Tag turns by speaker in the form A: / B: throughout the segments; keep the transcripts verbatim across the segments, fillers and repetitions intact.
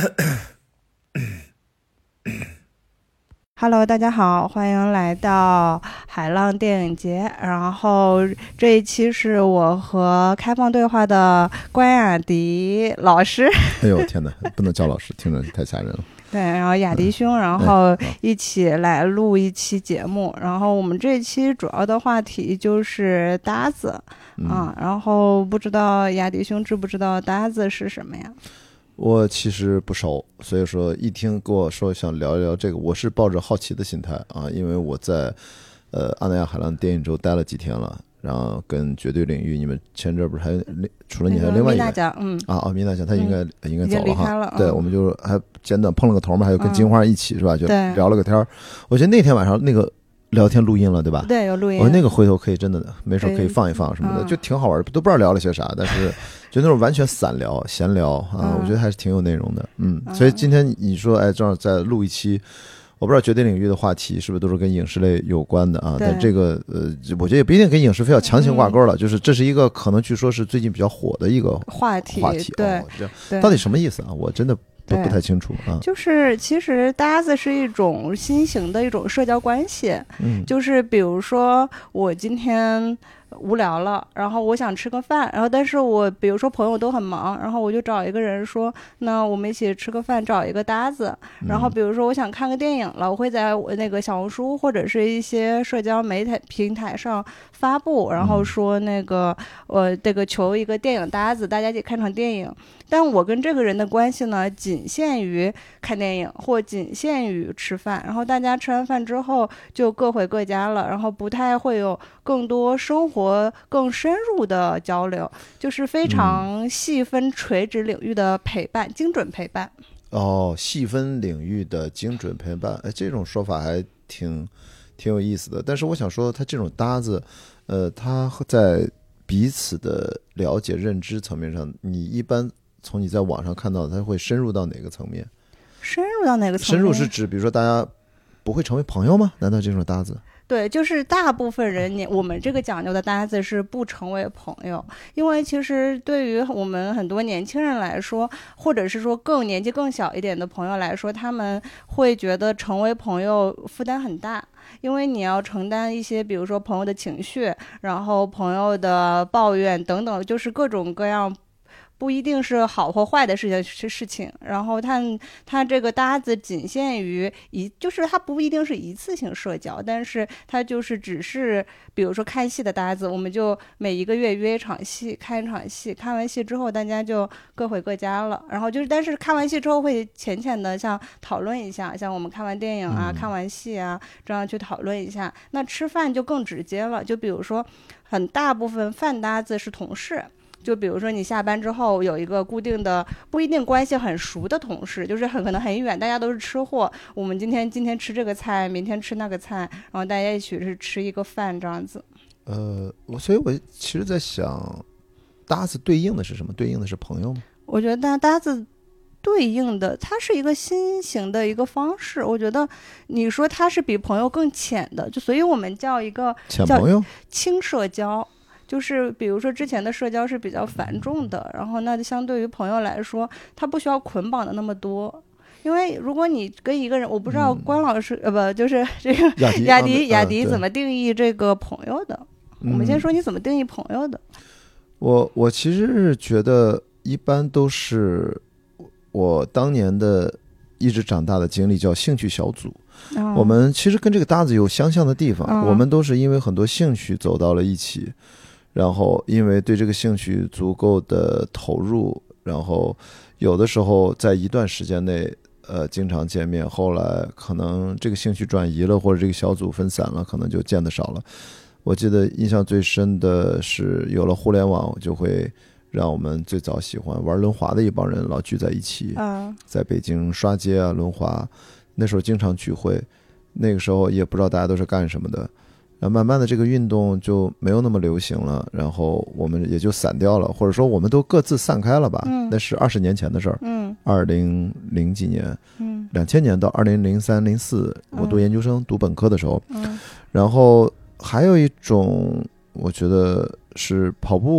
A: Hello， 大家好，欢迎来到海浪电影节。然后这一期是我和开放对话的关雅迪老师。
B: 哎呦天哪，不能叫老师，听着太吓人了。
A: 对，然后雅迪兄，然后一起来录一期节目。然后我们这一期主要的话题就是搭子啊。然后不知道雅迪兄知不知道搭子是什么呀？
B: 我其实不熟，所以说一听跟我说想聊一聊这个，我是抱着好奇的心态啊，因为我在呃阿那亚海浪电影周待了几天了，然后跟绝对领域，你们前阵不是还除了你还有另外一个、那个、
A: 嗯
B: 啊啊米娜讲他应该、嗯、应该走了哈，
A: 了
B: 对、嗯，我们就还简短碰了个头嘛，还有跟金花一起、嗯、是吧？就聊了个天儿。我觉得那天晚上那个聊天录音了，对吧？
A: 对，有录音。
B: 我那个回头可以真的没事可以放一放什么的，就挺好玩，都不知道聊了些啥，但是就那种完全散聊、闲聊啊、嗯，我觉得还是挺有内容的。嗯，所以今天你说，哎，正好再录一期，我不知道绝对领域的话题是不是都是跟影视类有关的啊？但这个呃，我觉得也不一定跟影视非要强行挂钩了，嗯、就是这是一个可能据说是最近比较火的一个
A: 话题。
B: 话题，
A: 对，
B: 哦、这样到底什么意思啊？我真的。不不太清楚啊，
A: 就是其实搭子是一种新型的一种社交关系，嗯，就是比如说我今天无聊了，然后我想吃个饭，然后但是我比如说朋友都很忙，然后我就找一个人说，那我们一起吃个饭，找一个搭子。然后比如说我想看个电影了，我会在我那个小红书或者是一些社交媒体平台上发布，然后说那个呃这个求一个电影搭子，大家一起看场电影。但我跟这个人的关系呢，仅限于看电影或仅限于吃饭，然后大家吃完饭之后就各回各家了，然后不太会有更多生活更深入的交流，就是非常细分垂直领域的陪伴、嗯、精准陪伴。
B: 哦，细分领域的精准陪伴，哎，这种说法还挺挺有意思的。但是我想说，他这种搭子，呃，他在彼此的了解、认知层面上，你一般从你在网上看到的，他会深入到哪个层面？
A: 深入到哪个层面？
B: 深入是指，比如说大家不会成为朋友吗？难道这种搭子？
A: 对，就是大部分人，你我们这个讲究的搭子是不成为朋友，因为其实对于我们很多年轻人来说，或者是说更年纪更小一点的朋友来说，他们会觉得成为朋友负担很大，因为你要承担一些，比如说朋友的情绪，然后朋友的抱怨等等，就是各种各样。不一定是好或坏的事情是事情，然后他他这个搭子仅限于一，就是他不一定是一次性社交，但是他就是只是比如说看戏的搭子，我们就每一个月约一场戏，看一场戏，看完戏之后大家就各回各家了，然后就是但是看完戏之后会浅浅的像讨论一下，像我们看完电影啊、嗯、看完戏啊这样去讨论一下。那吃饭就更直接了，就比如说很大部分饭搭子是同事。就比如说你下班之后有一个固定的不一定关系很熟的同事，就是很可能很远，大家都是吃货，我们今天今天吃这个菜，明天吃那个菜，然后大家一起是吃一个饭这样子。
B: 呃，我所以我其实在想，搭子对应的是什么？对应的是朋友吗？
A: 我觉得搭子对应的它是一个新型的一个方式，我觉得你说它是比朋友更浅的，就所以我们叫一个
B: 浅朋友
A: 轻社交。就是比如说之前的社交是比较繁重的，然后那相对于朋友来说，他不需要捆绑的那么多。因为如果你跟一个人，我不知道关老师、嗯、呃不就是这个
B: 雅迪
A: 雅迪雅迪怎么定义这个朋友的？嗯、我们先说你怎么定义朋友的。
B: 我我其实是觉得一般都是我当年的一直长大的经历叫兴趣小组。哦、我们其实跟这个搭子有相像的地方、哦、我们都是因为很多兴趣走到了一起，然后因为对这个兴趣足够的投入，然后有的时候在一段时间内呃经常见面，后来可能这个兴趣转移了，或者这个小组分散了，可能就见得少了。我记得印象最深的是有了互联网，就会让我们最早喜欢玩轮滑的一帮人老聚在一起、嗯、在北京刷街啊轮滑，那时候经常聚会，那个时候也不知道大家都是干什么的，然后慢慢的这个运动就没有那么流行了，然后我们也就散掉了，或者说我们都各自散开了吧、嗯、那是二十年前的事儿，嗯，二零零几年，嗯，两千年到二零零三零四我读研究生、嗯、读本科的时候，嗯，然后还有一种我觉得是跑步，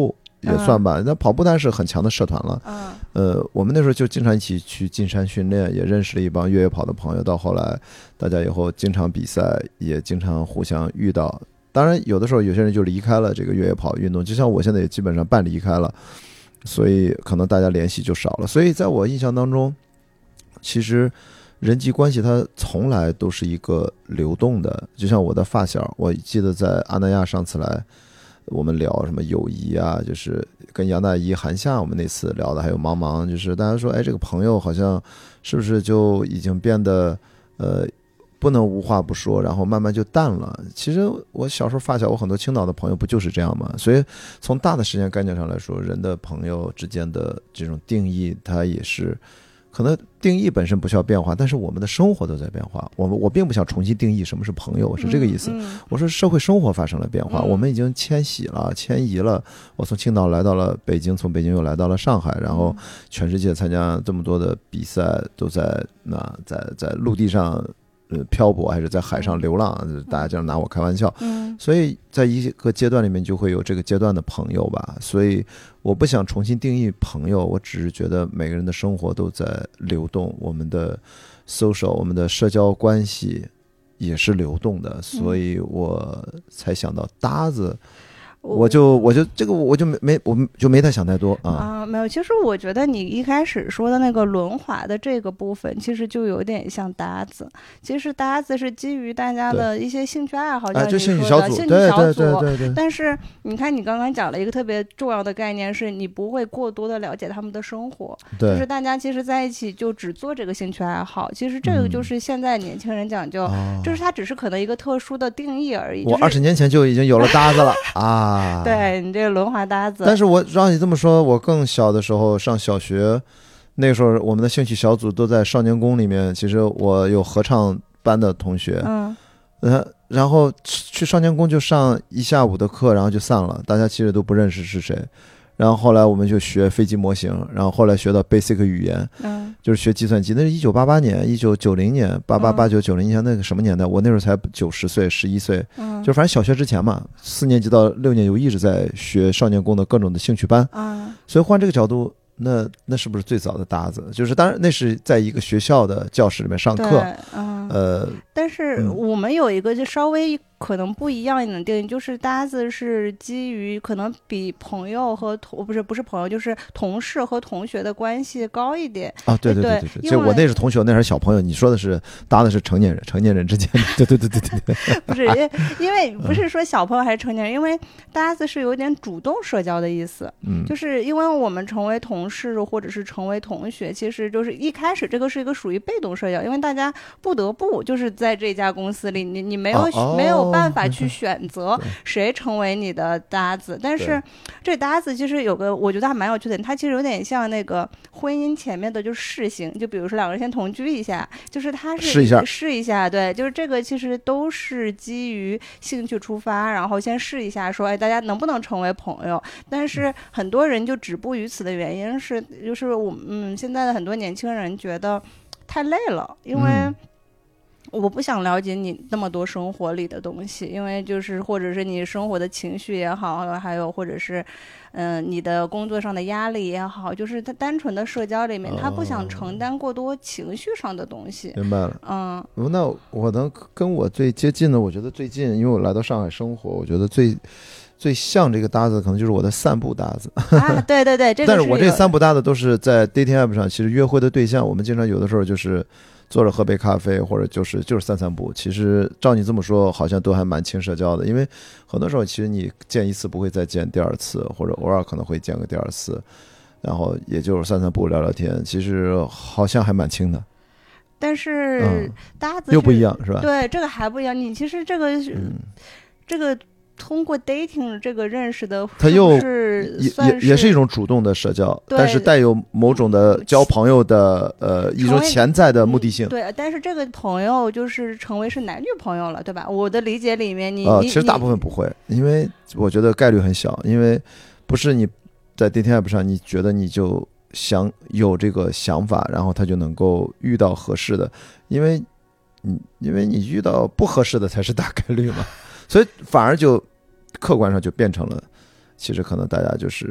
B: 也算吧。那、嗯、跑步当然是很强的社团了。
A: 嗯，
B: 呃，我们那时候就经常一起去进山训练，也认识了一帮越野跑的朋友。到后来，大家以后经常比赛，也经常互相遇到。当然，有的时候有些人就离开了这个越野跑运动，就像我现在也基本上半离开了，所以可能大家联系就少了。所以在我印象当中，其实人际关系它从来都是一个流动的。就像我的发小，我记得在阿那亚上次来，我们聊什么友谊啊，就是跟杨大一、韩夏我们那次聊的，还有茫茫，就是大家说，哎，这个朋友好像是不是就已经变得呃。不能无话不说，然后慢慢就淡了。其实我小时候发小，我很多青岛的朋友不就是这样吗？所以从大的时间概念上来说，人的朋友之间的这种定义，它也是可能定义本身不需要变化，但是我们的生活都在变化。我们我并不想重新定义什么是朋友，我是这个意思。
A: 嗯嗯、
B: 我说社会生活发生了变化，
A: 嗯、
B: 我们已经迁徙了、迁移了。我从青岛来到了北京，从北京又来到了上海，然后全世界参加这么多的比赛，都在那在在陆地上。呃，漂泊还是在海上流浪，嗯、大家这样拿我开玩笑。
A: 嗯，
B: 所以在一个阶段里面就会有这个阶段的朋友吧。所以我不想重新定义朋友，我只是觉得每个人的生活都在流动，我们的 social， 我们的社交关系也是流动的，所以我才想到搭子。我就我就这个我就没没我就没太想太多啊
A: 啊没有，其实我觉得你一开始说的那个轮滑的这个部分，其实就有点像搭子。其实搭子是基于大家的一些兴趣爱好，像你说的
B: 兴趣小组，
A: 兴趣小组。
B: 对对对对。
A: 但是你看，你刚刚讲了一个特别重要的概念，是你不会过多的了解他们的生活，就是大家其实在一起就只做这个兴趣爱好。其实这个就是现在年轻人讲究，
B: 嗯、
A: 就是它只是可能一个特殊的定义而已。
B: 我二十年前就已经有了搭子了啊。
A: 啊，对你这个轮滑搭子。
B: 但是我让你这么说，我更小的时候上小学，那个时候我们的兴趣小组都在少年宫里面。其实我有合唱班的同学，
A: 嗯，
B: 呃，然后去少年宫就上一下午的课，然后就散了，大家其实都不认识是谁。然后后来我们就学飞机模型，然后后来学到 basic 语言，
A: 嗯，
B: 就是学计算机。那是一九八八年、一九九零年、八八八九九零年那个什么年代？我那时候才九十岁、十一岁，
A: 嗯，
B: 就反正小学之前嘛，四年级到六年级我一直在学少年宫的各种的兴趣班，
A: 嗯，
B: 所以换这个角度。那那是不是最早的搭子？就是当然那是在一个学校的教室里面上课，
A: 嗯，
B: 呃，
A: 但是我们有一个就稍微可能不一样一点的定义，就是搭子是基于可能比朋友和同不是不是朋友，就是同事和同学的关系高一点
B: 啊。对对对对对，就我那是同学，那是小朋友。你说的是搭的是成年人，成年人之间的。对对对对对对，
A: 不是因因为不是说小朋友还是成年人，因为搭子是有点主动社交的意思。
B: 嗯，
A: 就是因为我们成为同事或者是成为同学，其实就是一开始这个是一个属于被动社交，因为大家不得不就是在这家公司里，你你没有、
B: 哦、
A: 没有办法去选择谁成为你的搭子。但是这搭子其实有个我觉得还蛮有趣的，它其实有点像那个婚姻前面的就是试行，就比如说两个人先同居一下，就是他是
B: 试一下
A: 试一下，对，就是这个其实都是基于兴趣出发，然后先试一下说，哎，大家能不能成为朋友？但是很多人就止步于此的原因是，就是我嗯现在的很多年轻人觉得太累了，因为我不想了解你那么多生活里的东西，因为就是或者是你生活的情绪也好，还有或者是嗯、呃、你的工作上的压力也好，就是他单纯的社交里面，他不想承担过多情绪上的东西。
B: 明白了，
A: 嗯，
B: 那我能跟我最接近的，我觉得最近，因为我来到上海生活，我觉得最。最像这个搭子可能就是我的散步搭子
A: 啊，对对对，这个、
B: 但是我这散步搭子都是在 dating app 上，其实约会的对象，我们经常有的时候就是坐着喝杯咖啡，或者就是就是散散步。其实照你这么说，好像都还蛮轻社交的，因为很多时候其实你见一次不会再见第二次，或者偶尔可能会见个第二次，然后也就是散散步聊聊天，其实好像还蛮轻的。
A: 但是搭子、
B: 嗯、又不一样是吧？
A: 对，这个还不一样。你其实这个、
B: 嗯、
A: 这个。通过 dating 这个认识的，
B: 它又
A: 是
B: 也也是一种主动的社交，但是带有某种的交朋友的呃一种潜在的目的性。
A: 对，但是这个朋友就是成为是男女朋友了，对吧？我的理解里面你，你、
B: 呃、其实大部分不会，因为我觉得概率很小，因为不是你在 dating app 上你觉得你就想有这个想法，然后他就能够遇到合适的，因为你因为你遇到不合适的才是大概率嘛。所以反而就客观上就变成了，其实可能大家就是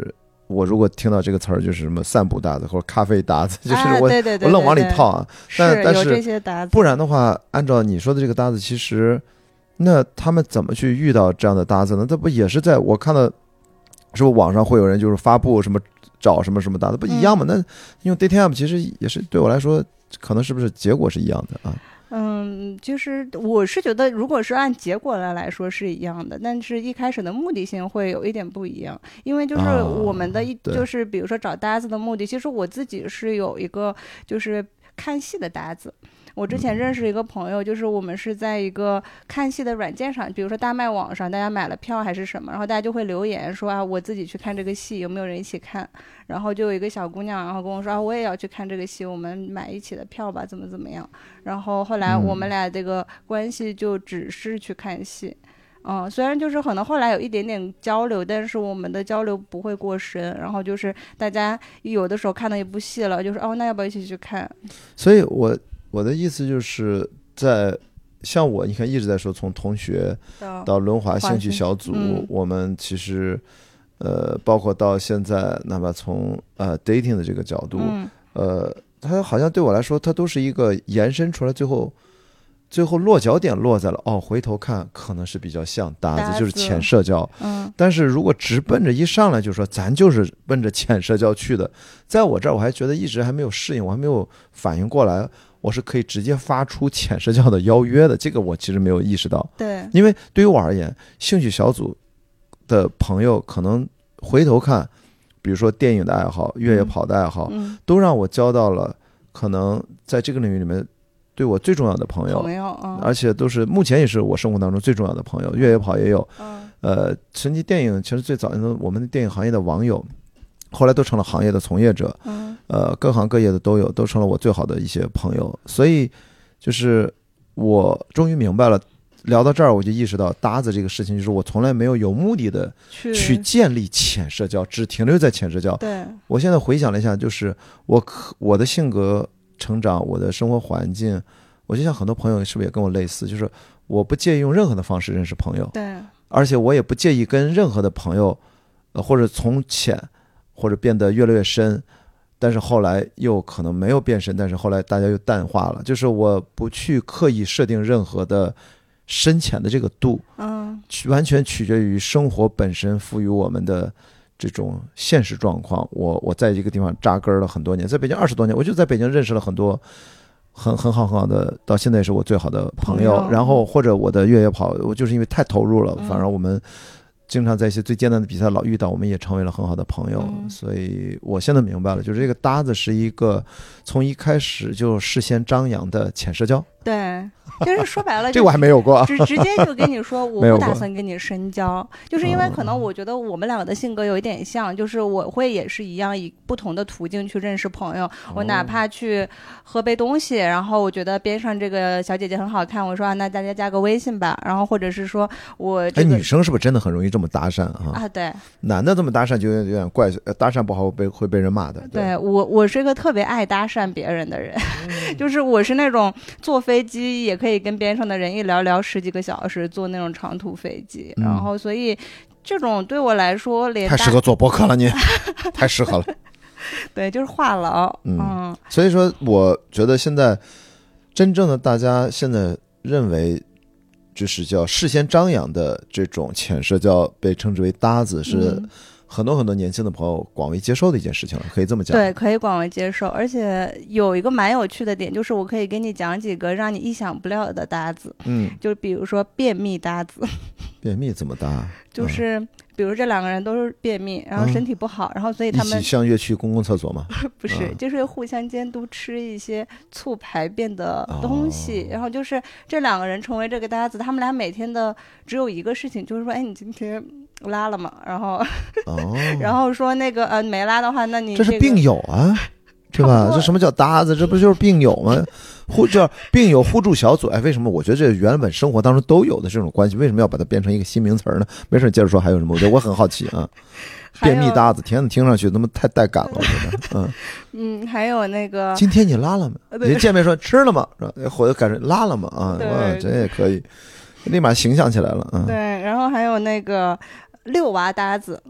B: 我如果听到这个词儿，就是什么散步搭子或者咖啡搭子，就是我、
A: 啊、对对对对
B: 我愣往里套啊。但
A: 是
B: 但是
A: 有这些搭子，
B: 不然的话，按照你说的这个搭子，其实那他们怎么去遇到这样的搭子呢？这不也是在我看到，是不是网上会有人就是发布什么找什么什么搭子，不一样吗？嗯、那用 dating app 其实也是对我来说，可能是不是结果是一样的啊？
A: 嗯，就是我是觉得，如果是按结果来来说是一样的，但是一开始的目的性会有一点不一样，因为就是我们的一、啊、就是比如说找搭子的目的，其实我自己是有一个就是看戏的搭子。我之前认识一个朋友，就是我们是在一个看戏的软件上，比如说大麦网上，大家买了票还是什么，然后大家就会留言说啊，我自己去看这个戏，有没有人一起看？然后就有一个小姑娘，然后跟我说啊，我也要去看这个戏，我们买一起的票吧，怎么怎么样？然后后来我们俩这个关系就只是去看戏。嗯，虽然就是可能后来有一点点交流，但是我们的交流不会过深。然后就是大家有的时候看到一部戏了，就是哦，那要不要一起去看？
B: 所以我我的意思就是在像我，你看一直在说从同学到轮滑兴趣小组，嗯、我们其实呃，包括到现在，哪怕从呃 dating 的这个角度，嗯、呃，它好像对我来说，它都是一个延伸出来，最后。最后落脚点落在了哦，回头看可能是比较像搭子，搭子就是浅社交。嗯，但是如果直奔着一上来就说咱就是奔着浅社交去的，在我这儿我还觉得一直还没有适应，我还没有反应过来，我是可以直接发出浅社交的邀约的。这个我其实没有意识到。
A: 对，
B: 因为对于我而言，兴趣小组的朋友可能回头看，比如说电影的爱好、越野跑的爱好，嗯、都让我交到了可能在这个领域里面。对我最重要的朋友，
A: 朋友嗯、
B: 而且都是目前也是我生活当中最重要的朋友。越野跑也有，嗯、呃，神奇电影其实最早的我们的电影行业的网友，后来都成了行业的从业者，嗯、呃，各行各业的都有，都成了我最好的一些朋友。所以，就是我终于明白了，聊到这儿我就意识到搭子这个事情，就是我从来没有有目的的去建立浅社交，只停留在浅社交。
A: 对，
B: 我现在回想了一下，就是我我的性格。成长，我的生活环境，我就像很多朋友是不是也跟我类似，就是我不介意用任何的方式认识朋友，
A: 对，
B: 而且我也不介意跟任何的朋友，呃，或者从浅或者变得越来越深，但是后来又可能没有变深，但是后来大家又淡化了，就是我不去刻意设定任何的深浅的这个度，嗯，完全取决于生活本身赋予我们的。这种现实状况，我我在这个地方扎根了很多年，在北京二十多年，我就在北京认识了很多很很好很好的，到现在也是我最好的朋友。然后或者我的越野跑，我就是因为太投入了，反而我们经常在一些最艰难的比赛老遇到，我们也成为了很好的朋友。嗯、所以我现在明白了，就是这个搭子是一个从一开始就事先张扬的浅社交。
A: 对，就是说白了，
B: 这我还没有过，
A: 直直接就跟你说，我不打算跟你深交，就是因为可能我觉得我们两个的性格有一点像，就是我会也是一样以不同的途径去认识朋友，我哪怕去喝杯东西，然后我觉得边上这个小姐姐很好看，我说啊，那大家加个微信吧，然后或者是说我、这个、
B: 哎，女生是不是真的很容易这么搭讪啊？
A: 啊，对，
B: 男的这么搭讪就有点怪，搭讪不好会被会被人骂的。
A: 对, 对我，我是一个特别爱搭讪别人的人，嗯、就是我是那种坐飞机也可以跟边上的人一聊聊十几个小时，坐那种长途飞机，嗯、然后所以这种对我来说连
B: 太适合做播客了，你太适合了。
A: 对，就是话痨。
B: 嗯，嗯所以说我觉得现在真正的大家现在认为就是叫事先张扬的这种浅社交，被称之为搭子，是、嗯很多很多年轻的朋友广为接受的一件事情了，可以这么讲。
A: 对，可以广为接受，而且有一个蛮有趣的点，就是我可以给你讲几个让你意想不到的搭子。嗯，就比如说便秘搭子。
B: 便秘怎么搭？
A: 就是、嗯、比如这两个人都是便秘，然后身体不好，嗯、然后所以他们
B: 一起相约去公共厕所吗？
A: 不是、嗯，就是互相监督吃一些促排便的东西，哦、然后就是这两个人成为这个搭子，他们俩每天的只有一个事情，就是说，哎，你今天拉了吗？然后，哦、然后说那个呃没拉的话，那你、
B: 这个、这是病友啊。对吧？这什么叫搭子？这不就是病友吗？互叫病友互助小组。哎，为什么我觉得这原本生活当中都有的这种关系，为什么要把它变成一个新名词呢？没事，接着说还有什么？我觉得我很好奇啊。便秘搭子，天哪，听上去他妈太带感了，我觉得。嗯
A: 嗯，还有那个，
B: 今天你拉了吗？你见面说吃了吗？是吧？或者感觉拉了吗？啊，哇，这也可以，立马形象起来了。嗯，
A: 对，然后还有那个遛娃搭子。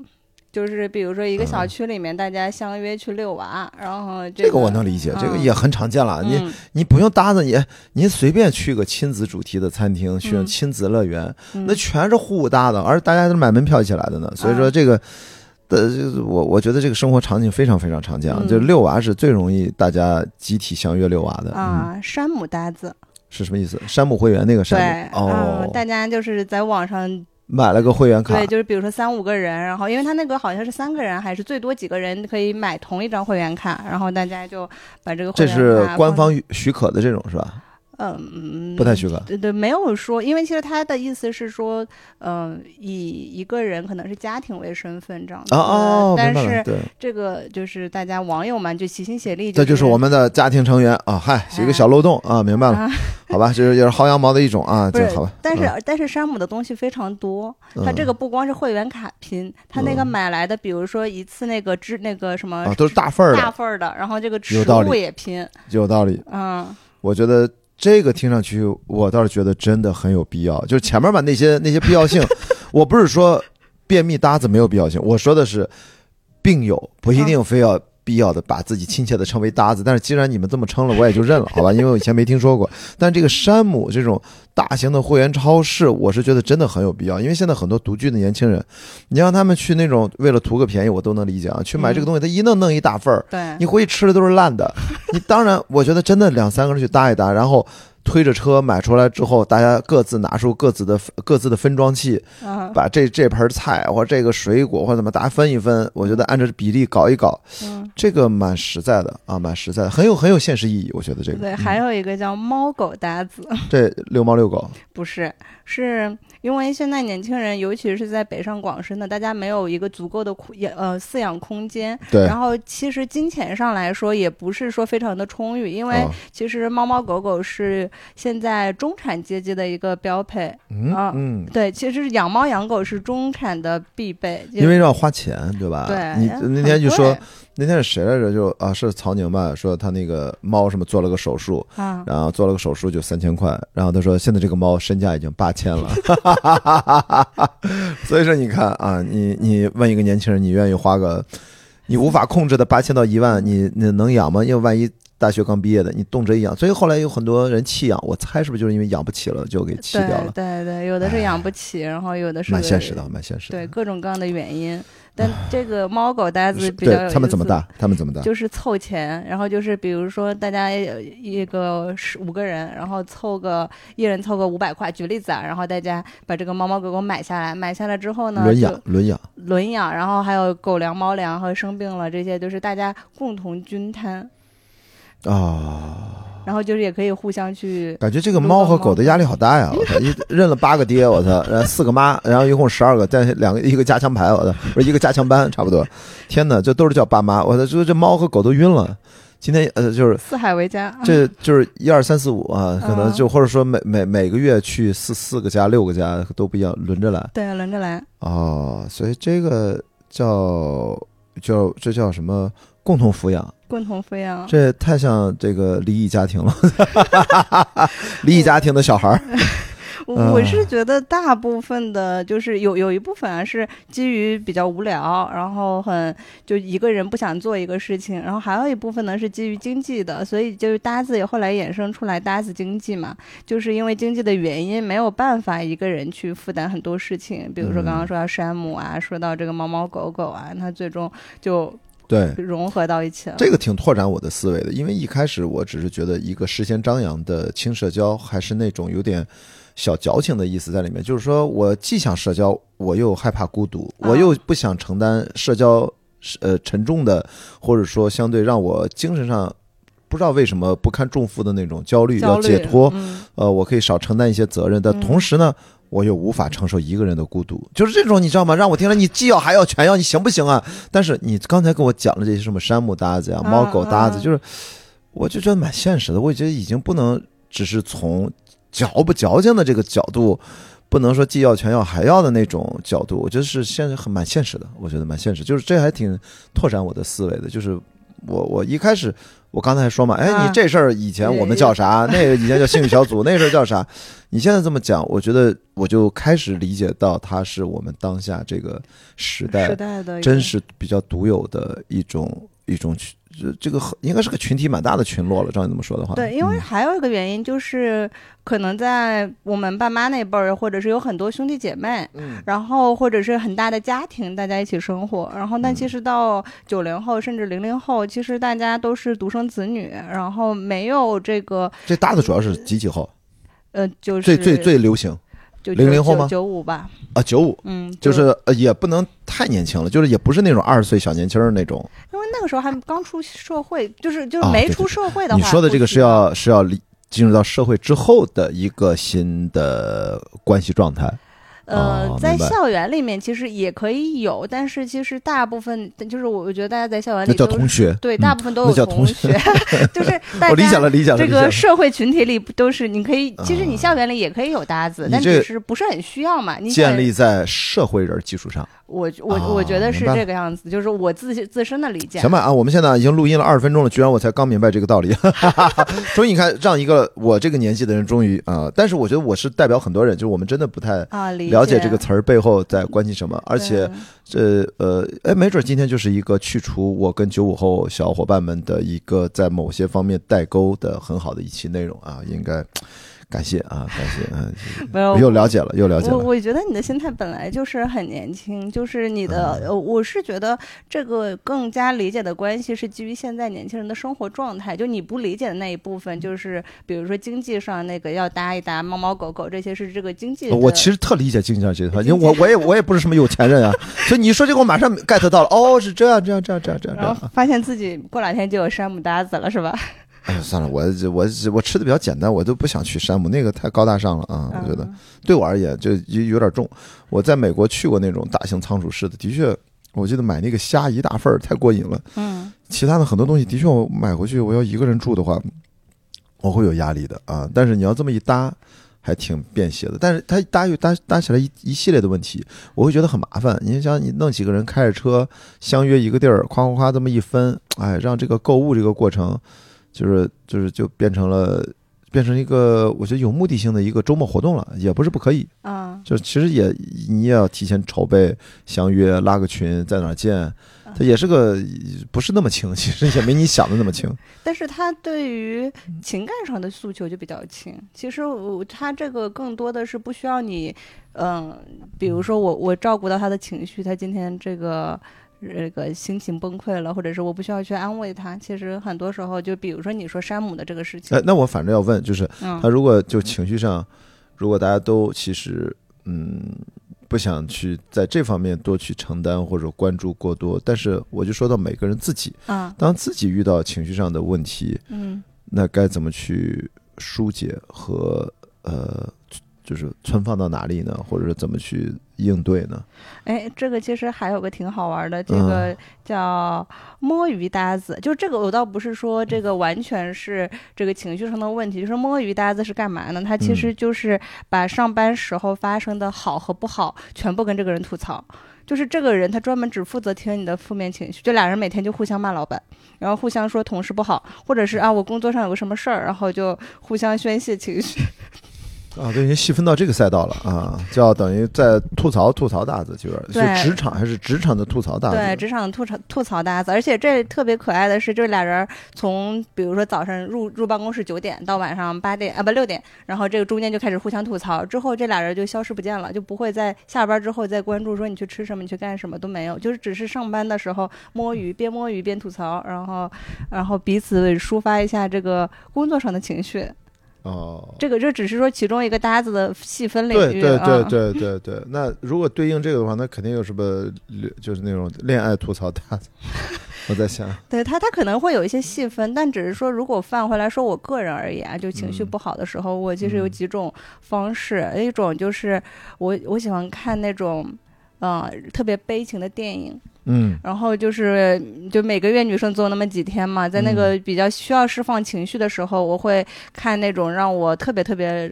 A: 就是比如说一个小区里面大家相约去遛娃，嗯、然后、这个、
B: 这个我能理解，
A: 嗯、
B: 这个也很常见了。
A: 嗯、
B: 你你不用搭子，你您随便去个亲子主题的餐厅，去
A: 嗯、
B: 亲子乐园，
A: 嗯、
B: 那全是互搭的，而大家都买门票一起来的呢。所以说这个。嗯呃，我我觉得这个生活场景非常非常常见啊，嗯、就遛娃是最容易大家集体相约遛娃的
A: 啊。
B: 嗯、
A: 山姆搭子
B: 是什么意思？山姆会员那个山姆
A: 对
B: 哦、
A: 嗯，大家就是在网上
B: 买了个会员卡，
A: 对，就是比如说三五个人，然后因为他那个好像是三个人，还是最多几个人可以买同一张会员卡，然后大家就把这个会员卡
B: 这是官方许可的这种是吧？
A: 嗯，
B: 不太许可。
A: 对对，没有说，因为其实他的意思是说，嗯、呃，以一个人可能是家庭为身份这样子。
B: 哦哦，
A: 但是这个就是大家网友们就齐心协力、就是，
B: 这就是我们的家庭成员啊，嗨，是一个小漏洞啊，明白了，啊、好吧，这也是薅羊毛的一种啊，这好吧。
A: 但是、
B: 嗯、
A: 但是山姆的东西非常多，他这个不光是会员卡拼，他、嗯、那个买来的，比如说一次那个支那个什么、
B: 啊，都是大份儿的，
A: 大份儿的，然后这个食物也拼，
B: 有道理，
A: 嗯，
B: 我觉得。这个听上去，我倒是觉得真的很有必要。就是前面吧，那些那些必要性，我不是说便秘搭子没有必要性，我说的是并有，不一定非要必要的把自己亲切的称为搭子。但是既然你们这么称了，我也就认了，好吧？因为我以前没听说过。但这个山姆这种大型的会员超市，我是觉得真的很有必要。因为现在很多独居的年轻人，你让他们去那种为了图个便宜，我都能理解啊。去买这个东西，他一弄弄一大份儿，
A: 对，
B: 你回去吃的都是烂的。你当然，我觉得真的两三个人去搭一搭，然后推着车买出来之后，大家各自拿出各自的各自的分装器，
A: 嗯、
B: 把这这盆菜或这个水果或怎么大家分一分，我觉得按照比例搞一搞，
A: 嗯、
B: 这个蛮实在的啊，蛮实在的，很有很有现实意义。我觉得这个
A: 对，还有一个叫猫狗搭子，
B: 这遛猫遛狗
A: 不是，是因为现在年轻人，尤其是在北上广深的，大家没有一个足够的呃饲养空间，
B: 对，
A: 然后其实金钱上来说也不是说非常的充裕，因为其实猫猫狗狗是现在中产阶级的一个标配，
B: 嗯、
A: 啊、
B: 嗯，
A: 对，其实养猫养狗是中产的必备，
B: 因为要花钱，对吧？
A: 对，
B: 你那天就说。那天是谁来着？就啊，是曹宁吧？说他那个猫什么做了个手术，
A: 啊，
B: 然后做了个手术就三千块，然后他说现在这个猫身价已经八千了，所以说你看啊，你你问一个年轻人，你愿意花个你无法控制的八千到一万，你你能养吗？因为万一大学刚毕业的，你动辄一养，所以后来有很多人弃养，我猜是不是就是因为养不起了就给弃掉了？
A: 对对对，有的是养不起，然后有的是
B: 蛮现实的，蛮现实的，
A: 对各种各样的原因。但这个猫狗搭子比较有意思，
B: 他们怎么搭？他们怎么搭？
A: 就是凑钱，然后就是比如说大家一个十五个人，然后凑个一人凑个五百块，举例子啊，然后大家把这个猫猫狗狗买下来，买下来之后呢，
B: 轮养轮养
A: 轮养，然后还有狗粮、猫粮和生病了这些，就是大家共同均摊
B: 啊。哦，
A: 然后就是也可以互相去，
B: 感觉这个猫和狗的压力好大呀！我操，一认了八个爹，我操，然后四个妈，然后一共十二个，再两个一个加强牌，我操，不是一个加强班，差不多。天哪，这都是叫爸妈，我操，这这猫和狗都晕了。今天呃，就是
A: 四海为家，
B: 这就是一二三四五啊，可能就或者说每每每个月去四四个家、六个家都不一样，轮着来。
A: 对，轮着来。
B: 哦，所以这个叫叫这叫什么？共同抚养。
A: 共同抚养，
B: 这太像这个离异家庭了，离异家庭的小孩儿。
A: 我是觉得大部分的，就是有有一部分啊是基于比较无聊，然后很就一个人不想做一个事情，然后还有一部分呢是基于经济的，所以就是搭子也后来衍生出来搭子经济嘛，就是因为经济的原因没有办法一个人去负担很多事情，比如说刚刚说到山姆啊，说到这个猫猫狗狗啊，它最终就。
B: 对，
A: 融合到一起了。
B: 这个挺拓展我的思维的，因为一开始我只是觉得一个事先张扬的轻社交，还是那种有点小矫情的意思在里面。就是说我既想社交，我又害怕孤独，我又不想承担社交呃沉重的，或者说相对让我精神上不知道为什么不堪重负的那种焦虑，
A: 焦虑
B: 要解脱、
A: 嗯、
B: 呃，我可以少承担一些责任的同时呢。嗯，我又无法承受一个人的孤独，就是这种你知道吗？让我听了你既要还要全要，你行不行啊？但是你刚才跟我讲的这些什么山姆搭子呀、猫狗搭子，就是我就觉得蛮现实的。我觉得已经不能只是从矫不矫情的这个角度，不能说既要全要还要的那种角度，我觉得是现在很蛮现实的。我觉得蛮现实，就是这还挺拓展我的思维的。就是我我一开始我刚才说嘛，哎，
A: 啊
B: 你这事儿以前我们叫啥？那个以前叫兴趣小组，那事儿叫啥？你现在这么讲，我觉得我就开始理解到，它是我们当下这个时代
A: 时代的
B: 真是比较独有的一种一种群，这个应该是个群体蛮大的群落了。照你这么说的话，
A: 对，因为还有一个原因就是，可能在我们爸妈那辈儿，或者是有很多兄弟姐妹，
B: 嗯，
A: 然后或者是很大的家庭，大家一起生活。然后，但其实到九零后甚至零零后，其实大家都是独生子女，然后没有这个。
B: 这大的主要是几几后？
A: 呃，就是
B: 最最最流行。零零后吗？
A: 九五吧。
B: 啊，九五，
A: 嗯，
B: 就是呃，也不能太年轻了，就是也不是那种二十岁小年轻那种。
A: 因为那个时候还刚出社会，就是就是没出社会的话。
B: 你说的这个是要是要进入到社会之后的一个新的关系状态。
A: 呃，
B: 哦、
A: 在校园里面其实也可以有，但是其实大部分就是我觉得大家在校园里
B: 那叫同学，
A: 对，大部分都有同学，
B: 嗯、
A: 就是大家
B: 我理解了，理解了。
A: 这个社会群体里都是你可以，其实你校园里也可以有搭子，
B: 嗯、
A: 但只是不是很需要嘛。你
B: 建立在社会人基础上。
A: 我我我觉得是这个样子，就是我自自身的理解。
B: 行吧啊，我们现在已经录音了二十分钟了，居然我才刚明白这个道理。终于你看，让一个我这个年纪的人终于啊、呃，但是我觉得我是代表很多人，就是我们真的不太了解这个词儿背后在关心什么，而且这呃哎，没准今天就是一个去除我跟九五后小伙伴们的一个在某些方面代沟的很好的一期内容啊，应该。感谢啊，感谢，嗯，
A: 没有，
B: 又了解了，又了解了。
A: 我我觉得你的心态本来就是很年轻，就是你的，嗯、我是觉得这个更加理解的关系是基于现在年轻人的生活状态。就你不理解的那一部分，就是比如说经济上那个要搭一搭猫猫狗狗这些是这个经济的。
B: 我其实特理解经济上这块，因为我我也我也不是什么有钱人啊，所以你说这个我马上 get 到了，哦，是这样这样这样这样这样。
A: 然后发现自己过两天就有山姆搭子了，是吧？
B: 哎，算了，我我我吃的比较简单，我都不想去山姆，那个太高大上了啊！我觉得对我而言就有有点重。我在美国去过那种大型仓储式的，的确，我记得买那个虾一大份儿太过瘾了。
A: 嗯，
B: 其他的很多东西的确我买回去，我要一个人住的话，我会有压力的啊。但是你要这么一搭，还挺便携的。但是它搭又搭搭起来一一系列的问题，我会觉得很麻烦。你想，你弄几个人开着车相约一个地儿，夸夸夸这么一分，哎，让这个购物这个过程。就是就是就变成了变成一个我觉得有目的性的一个周末活动了，也不是不可以啊。就其实也你也要提前筹备相约拉个群在哪儿见，它也是个不是那么轻，其实也没你想的那么轻。
A: 但是他对于情感上的诉求就比较轻。其实他这个更多的是不需要你，嗯，比如说我我照顾到他的情绪，他今天这个。这个心情崩溃了，或者是我不需要去安慰他。其实很多时候，就比如说你说山姆的这个事情，
B: 哎，那我反正要问，就是他如果就情绪上，嗯、如果大家都其实嗯不想去在这方面多去承担或者关注过多，但是我就说到每个人自己，
A: 啊，
B: 当自己遇到情绪上的问题，
A: 嗯，
B: 那该怎么去疏解和呃。就是存放到哪里呢，或者是怎么去应对呢？
A: 哎，这个其实还有个挺好玩的，这个叫摸鱼搭子。嗯、就这个，我倒不是说这个完全是这个情绪上的问题，就是摸鱼搭子是干嘛呢？它其实就是把上班时候发生的好和不好全部跟这个人吐槽。就是这个人他专门只负责听你的负面情绪，就俩人每天就互相骂老板，然后互相说同事不好，或者是啊我工作上有个什么事儿，然后就互相宣泄情绪。
B: 啊，都已经细分到这个赛道了啊，叫等于在吐槽吐槽搭子，就是是职场还是职场的吐槽搭子？
A: 对，职场吐槽吐槽搭子，而且这特别可爱的是，这俩人从比如说早上入入办公室九点到晚上八点啊不六点，然后这个中间就开始互相吐槽，之后这俩人就消失不见了，就不会在下班之后再关注说你去吃什么，你去干什么都没有，就是只是上班的时候摸鱼，边摸鱼边吐槽，然后然后彼此抒发一下这个工作上的情绪。
B: 哦，
A: 这个这只是说其中一个搭子的细分领域。
B: 对对对对对对、嗯。那如果对应这个的话，那肯定有什么就是那种恋爱吐槽搭子。我在想，
A: 对他他可能会有一些细分，但只是说如果放回来说我个人而言，就情绪不好的时候，嗯、我其实有几种方式，嗯、一种就是我我喜欢看那种嗯、呃、特别悲情的电影。
B: 嗯，
A: 然后就是就每个月女生总有那么几天嘛，在那个比较需要释放情绪的时候，嗯、我会看那种让我特别特别大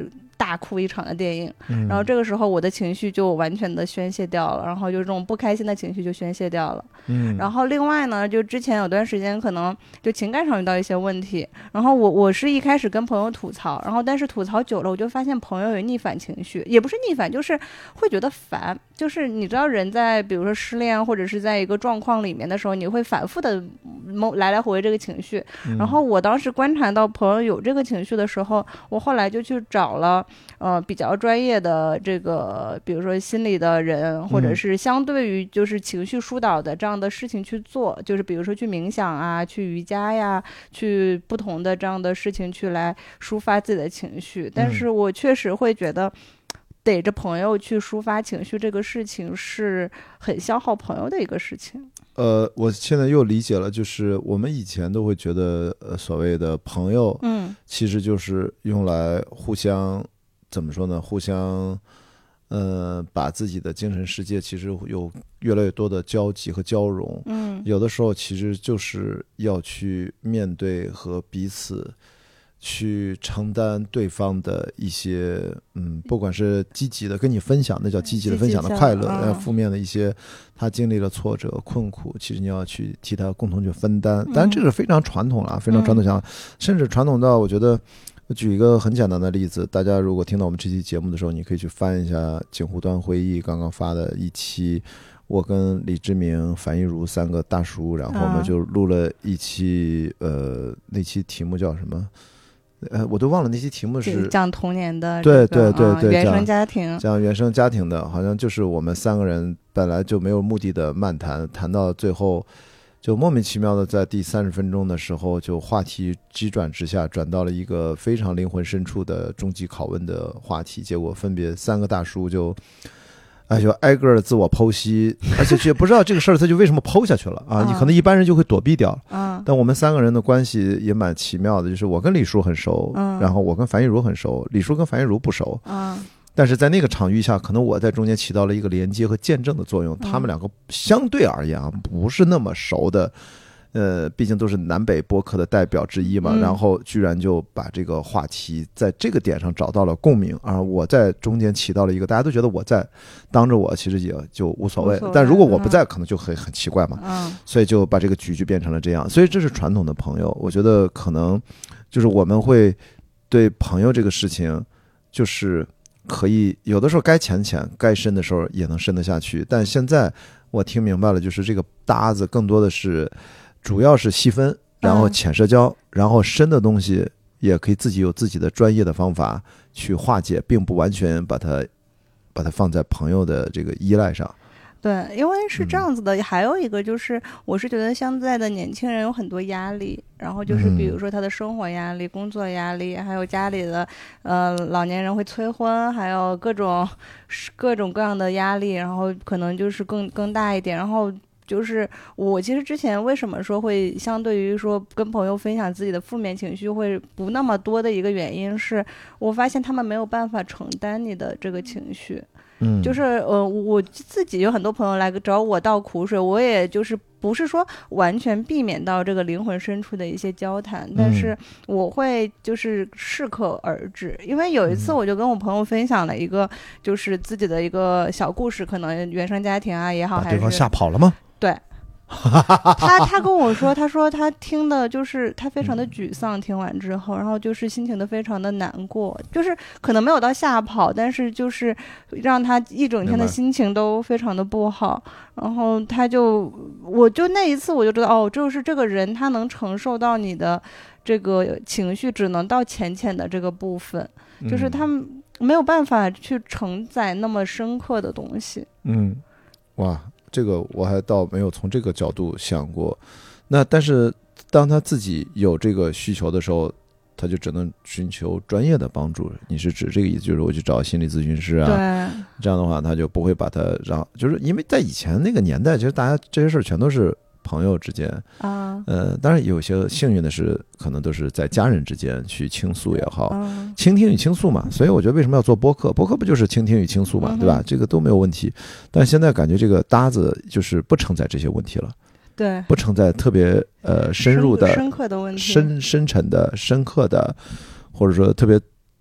A: 大哭一场的电影，
B: 嗯、
A: 然后这个时候我的情绪就完全的宣泄掉了，然后就这种不开心的情绪就宣泄掉了。
B: 嗯，
A: 然后另外呢，就之前有段时间可能就情感上遇到一些问题，然后我我是一开始跟朋友吐槽，然后但是吐槽久了，我就发现朋友有逆反情绪，也不是逆反，就是会觉得烦。就是你知道人在比如说失恋或者是在一个状况里面的时候，你会反复的来来回回这个情绪。然后我当时观察到朋友有这个情绪的时候，我后来就去找了呃比较专业的这个比如说心理的人，或者是相对于就是情绪疏导的这样的事情去做，就是比如说去冥想啊，去瑜伽呀，去不同的这样的事情去来抒发自己的情绪。但是我确实会觉得逮着朋友去抒发情绪这个事情是很消耗朋友的一个事情。
B: 呃，我现在又理解了，就是我们以前都会觉得，呃，所谓的朋友，
A: 嗯，
B: 其实就是用来互相怎么说呢？互相，呃，把自己的精神世界其实有越来越多的交集和交融。
A: 嗯，
B: 有的时候其实就是要去面对和彼此。去承担对方的一些嗯，不管是积极的跟你分享，那叫积极的分享的快乐，呃，负面的一些他经历了挫折困苦，其实你要去替他共同去分担。当然这是非常传统了，非常传统想法，甚至传统到我觉得，举一个很简单的例子，大家如果听到我们这期节目的时候，你可以去翻一下锦湖端会议刚刚发的一期。我跟李志明、樊一茹三个大叔，然后我们就录了一期，呃，那期题目叫什么？呃，我都忘了那期题目是
A: 讲童年的、
B: 这个，对对对对，
A: 原生家庭，
B: 讲原生家庭的，好像就是我们三个人本来就没有目的的漫谈，谈到最后就莫名其妙的在第三十分钟的时候，就话题急转直下，转到了一个非常灵魂深处的终极拷问的话题，结果分别三个大叔就。哎，就挨个的自我剖析，而且也不知道这个事儿他就为什么剖下去了啊！你可能一般人就会躲避掉，
A: 嗯，
B: 但我们三个人的关系也蛮奇妙的，就是我跟李叔很熟，
A: 嗯，
B: 然后我跟樊一茹很熟，李叔跟樊一茹不熟，
A: 嗯，
B: 但是在那个场域下，可能我在中间起到了一个连接和见证的作用，他们两个相对而言啊，不是那么熟的。呃，毕竟都是南北播客的代表之一嘛，
A: 嗯、
B: 然后居然就把这个话题在这个点上找到了共鸣，而我在中间起到了一个，大家都觉得我在，当着我其实也就无所谓，
A: 无所谓
B: 但如果我不在，嗯、可能就很很奇怪嘛，
A: 嗯，
B: 所以就把这个局就变成了这样，所以这是传统的朋友，我觉得可能就是我们会对朋友这个事情，就是可以有的时候该浅浅，该深的时候也能深得下去，但现在我听明白了，就是这个搭子更多的是。主要是细分，然后浅社交，嗯、然后深的东西也可以自己有自己的专业的方法去化解，并不完全把它把它放在朋友的这个依赖上。
A: 对，因为是这样子的，嗯、还有一个就是，我是觉得现在的年轻人有很多压力，然后就是比如说他的生活压力、嗯、工作压力，还有家里的呃老年人会催婚，还有各种各种各样的压力，然后可能就是更更大一点，然后。就是我其实之前为什么说会相对于说跟朋友分享自己的负面情绪会不那么多的一个原因是，我发现他们没有办法承担你的这个情绪。嗯，就是呃，我自己有很多朋友来找我倒苦水，我也就是不是说完全避免到这个灵魂深处的一些交谈，但是我会就是适可而止。因为有一次我就跟我朋友分享了一个就是自己的一个小故事，可能原生家庭啊也好，还是把
B: 对方吓跑了吗？
A: 对。他他跟我说，他说他听的就是他非常的沮丧，听完之后，然后就是心情的非常的难过，就是可能没有到吓跑，但是就是让他一整天的心情都非常的不好。然后他就，我就那一次我就知道，哦，就是这个人他能承受到你的这个情绪，只能到浅浅的这个部分，就是他没有办法去承载那么深刻的东西。
B: 嗯，哇。这个我还倒没有从这个角度想过，那但是当他自己有这个需求的时候，他就只能寻求专业的帮助。你是指这个意思，就是我去找心理咨询师啊？
A: 对，
B: 这样的话他就不会把他让，就是因为在以前那个年代，其实大家这些事全都是朋友之间啊，呃，当然有些幸运的是，可能都是在家人之间去倾诉也好，嗯、倾听与倾诉嘛。所以我觉得为什么要做播客？播客不就是倾听与倾诉嘛，嗯、对吧？这个都没有问题。但现在感觉这个搭子就是不承载这些问题了，
A: 对，
B: 不承载特别呃深入的、
A: 深刻的问题、
B: 深深沉的、深刻的，或者说特别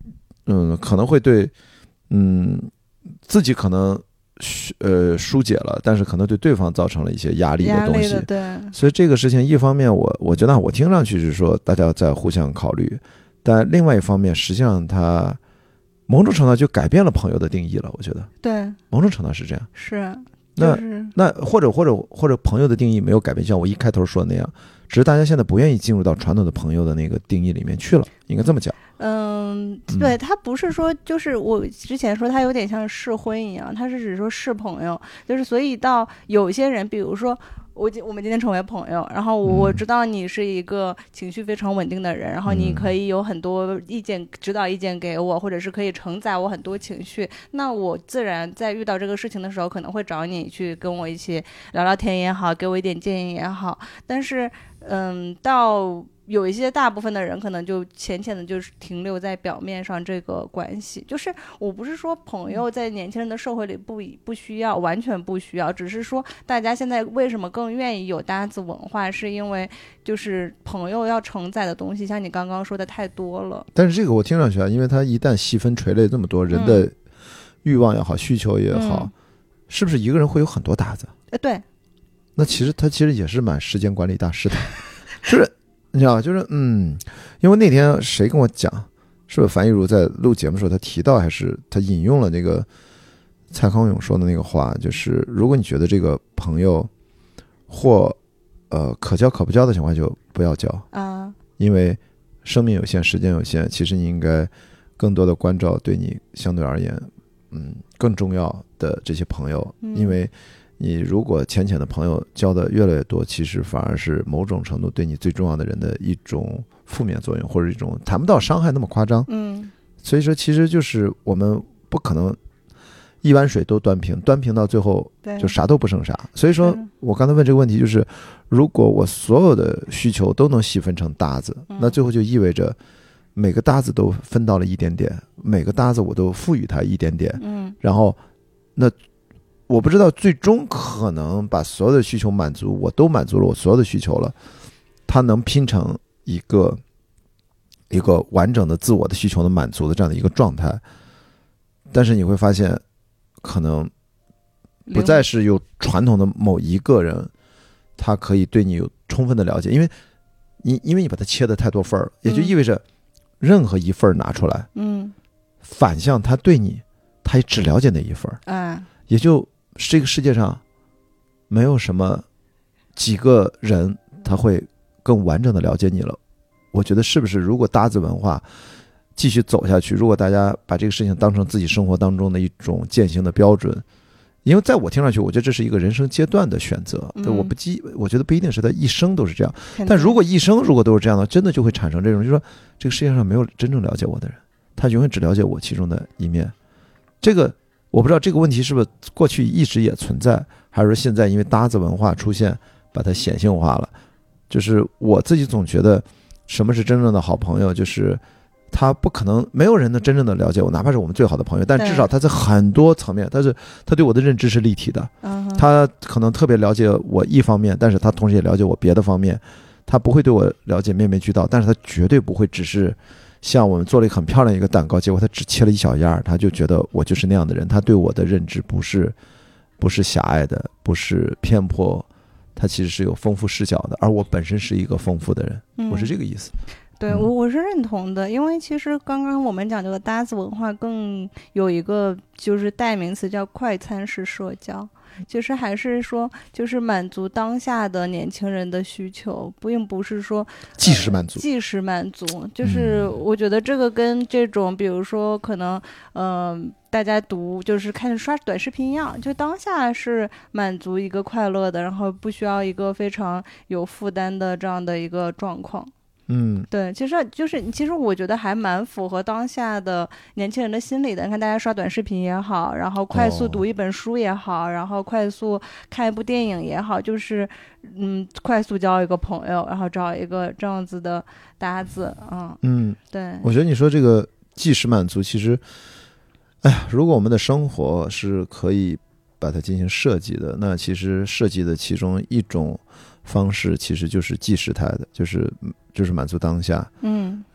B: 嗯，可能会对，嗯，自己可能呃疏解了，但是可能对对方造成了一些压力的东西。
A: 对，
B: 所以这个事情一方面我我觉得我听上去是说大家在互相考虑，但另外一方面实际上它某种程度就改变了朋友的定义了，我觉得。
A: 对，某
B: 种程度是这样。
A: 是。
B: 那、
A: 就是、
B: 那或者或者或者朋友的定义没有改变，像我一开头说的那样，只是大家现在不愿意进入到传统的朋友的那个定义里面去了，应该这么讲。
A: 嗯，对，他不是说就是我之前说他有点像试婚一样，他是只说是朋友，就是所以到有些人，比如说我我们今天成为朋友，然后我知道你是一个情绪非常稳定的人，然后你可以有很多意见指导意见给我，或者是可以承载我很多情绪，那我自然在遇到这个事情的时候可能会找你去跟我一起聊聊天也好，给我一点建议也好。但是嗯，到有一些大部分的人可能就浅浅的就是停留在表面上这个关系，就是我不是说朋友在年轻人的社会里不不需要，完全不需要，只是说大家现在为什么更愿意有搭子文化，是因为就是朋友要承载的东西像你刚刚说的太多了。
B: 但是这个我听上去啊，因为它一旦细分垂类这么多人的欲望也好、嗯、需求也好、嗯、是不是一个人会有很多搭子？
A: 呃，对，
B: 那其实他其实也是蛮时间管理大师的，就是你知道，就是嗯，因为那天谁跟我讲，是不是樊亦茹在录节目的时候，他提到还是他引用了那个蔡康永说的那个话，就是如果你觉得这个朋友或呃可交可不交的情况，就不要交啊，因为生命有限，时间有限，其实你应该更多的关照对你相对而言嗯更重要的这些朋友，
A: 嗯、
B: 因为。你如果浅浅的朋友交的越来越多，其实反而是某种程度对你最重要的人的一种负面作用，或者一种谈不到伤害那么夸张。
A: 嗯，
B: 所以说其实就是我们不可能一碗水都端平，端平到最后就啥都不剩啥。所以说我刚才问这个问题，就是如果我所有的需求都能细分成搭子，那最后就意味着每个搭子都分到了一点点，每个搭子我都赋予它一点点。
A: 嗯，
B: 然后那。我不知道最终可能把所有的需求满足，我都满足了我所有的需求了，它能拼成一个一个完整的自我的需求的满足的这样的一个状态。但是你会发现可能不再是有传统的某一个人他可以对你有充分的了解，因为你因为你把它切的太多份儿，也就意味着任何一份拿出来，
A: 嗯，
B: 反向他对你他也只了解那一份，
A: 哎，
B: 也就这个世界上没有什么几个人他会更完整的了解你了。我觉得是不是如果搭子文化继续走下去，如果大家把这个事情当成自己生活当中的一种践行的标准，因为在我听上去我觉得这是一个人生阶段的选择，
A: 嗯、
B: 我不记我觉得不一定是他一生都是这样，但如果一生如果都是这样的，真的就会产生这种就是说这个世界上没有真正了解我的人，他永远只了解我其中的一面。这个我不知道这个问题是不是过去一直也存在，还是说现在因为搭子文化出现把它显性化了。就是我自己总觉得什么是真正的好朋友，就是他不可能没有人能真正的了解我，哪怕是我们最好的朋友，但至少他在很多层面，但是他对我的认知是立体的，他可能特别了解我一方面，但是他同时也了解我别的方面，他不会对我了解面面俱到，但是他绝对不会只是像我们做了一个很漂亮一个蛋糕，结果他只切了一小样，他就觉得我就是那样的人。他对我的认知不是不是狭隘的，不是偏颇，他其实是有丰富视角的，而我本身是一个丰富的人，
A: 嗯、
B: 我是这个意思。
A: 对，我我是认同的，因为其实刚刚我们讲这个搭子文化更有一个就是代名词叫快餐式社交，其实还是说就是满足当下的年轻人的需求，并不是说
B: 即时满足、呃、
A: 即时满足，就是我觉得这个跟这种比如说可能嗯、呃、大家读就是看刷短视频一样，就当下是满足一个快乐的，然后不需要一个非常有负担的这样的一个状况。
B: 嗯，
A: 对，其实就是其实我觉得还蛮符合当下的年轻人的心理的。你看大家刷短视频也好，然后快速读一本书也好、哦、然后快速看一部电影也好，就是嗯快速交一个朋友，然后找一个这样子的搭子。嗯
B: 嗯，
A: 对，
B: 我觉得你说这个即时满足，其实哎呀，如果我们的生活是可以把它进行设计的，那其实设计的其中一种方式其实就是即时态的，就是就是满足当下。
A: 嗯，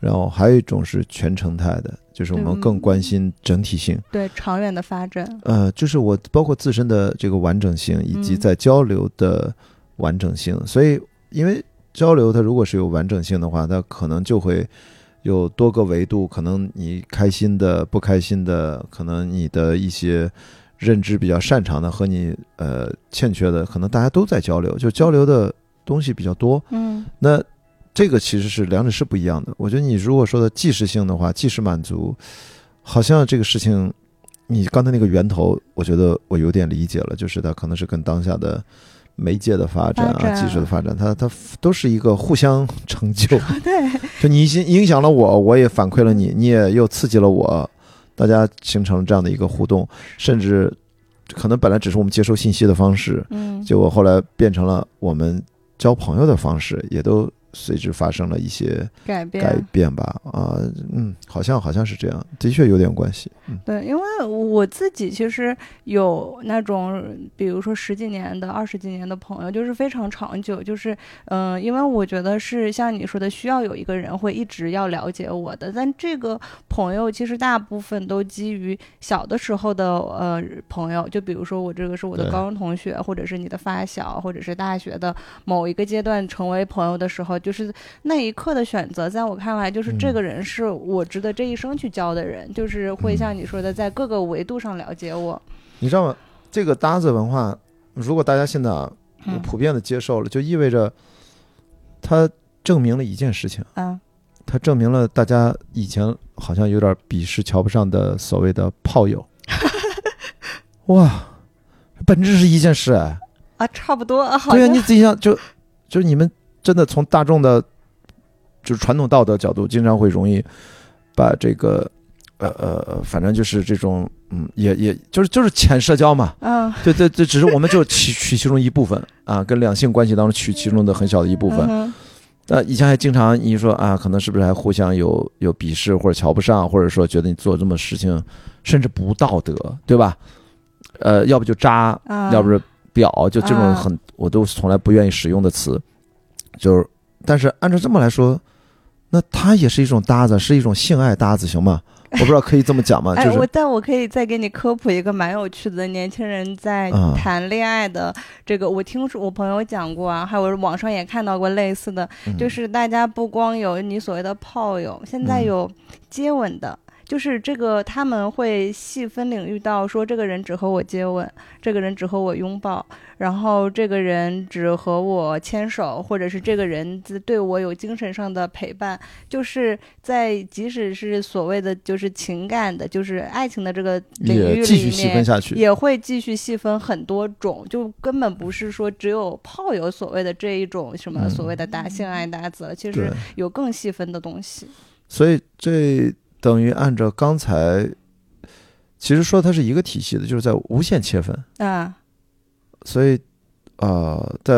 B: 然后还有一种是全程态的，就是我们更关心整体性，
A: 对长远的发展。
B: 呃，就是我包括自身的这个完整性，以及在交流的完整性。嗯、所以，因为交流它如果是有完整性的话，它可能就会有多个维度，可能你开心的、不开心的，可能你的一些认知比较擅长的和你呃欠缺的，可能大家都在交流，就交流的东西比较多。
A: 嗯，
B: 那这个其实是两者是不一样的。我觉得你如果说的即时性的话，即时满足，好像这个事情，你刚才那个源头，我觉得我有点理解了，就是它可能是跟当下的媒介的发展啊、技术的发展，它它都是一个互相成就。
A: 对，
B: 就你影响了我，我也反馈了你，你也又刺激了我，大家形成了这样的一个互动，甚至可能本来只是我们接收信息的方式，
A: 嗯，
B: 结果后来变成了我们交朋友的方式，也都随之发生了一些
A: 改变
B: 改变吧。啊，嗯，好像好像是这样，的确有点关系。嗯，
A: 对，因为我自己其实有那种，比如说十几年的、二十几年的朋友，就是非常长久，就是嗯、呃，因为我觉得是像你说的，需要有一个人会一直要了解我的。但这个朋友其实大部分都基于小的时候的呃朋友，就比如说我这个是我的高中同学，或者是你的发小，或者是大学的某一个阶段成为朋友的时候，就是那一刻的选择，在我看来，就是这个人是我值得这一生去交的人，嗯、就是会像你说的，在各个维度上了解我。
B: 你知道吗？这个搭子文化，如果大家现在啊普遍的接受了，嗯、就意味着它证明了一件事情啊，它证明了大家以前好像有点鄙视、瞧不上的所谓的炮友。哇，本质是一件事哎。
A: 啊，差不多啊。
B: 对啊，你自己想，就就是你们真的从大众的。就是传统道德角度，经常会容易把这个呃呃，反正就是这种嗯，也也就是就是浅社交嘛，嗯，对对对，只是我们就取取其中一部分啊，跟两性关系当中取其中的很小的一部分。嗯，那以前还经常你说啊，可能是不是还互相有有鄙视或者瞧不上，或者说觉得你做这么事情甚至不道德，对吧？呃，要不就渣，嗯、要不是婊，就这种很、嗯、我都从来不愿意使用的词，就是但是按照这么来说。那它也是一种搭子，是一种性爱搭子，行吗？我不知道可以这么讲吗？就是、
A: 哎，我但我可以再给你科普一个蛮有趣的，年轻人在谈恋爱的这个，嗯、我听说我朋友讲过啊，还有网上也看到过类似的，嗯、就是大家不光有你所谓的炮友，现在有接吻的。嗯，就是这个他们会细分领域到说，这个人只和我接吻，这个人只和我拥抱，然后这个人只和我牵手，或者是这个人对我有精神上的陪伴，就是在即使是所谓的就是情感的就是爱情的这个领域里面
B: 也继续细分下去，
A: 也会继续细分很多种，就根本不是说只有炮友所谓的这一种什么所谓的搭性爱搭子，嗯、其实有更细分的东西。所以
B: 这等于按照刚才其实说它是一个体系的，就是在无限切分啊。所以呃在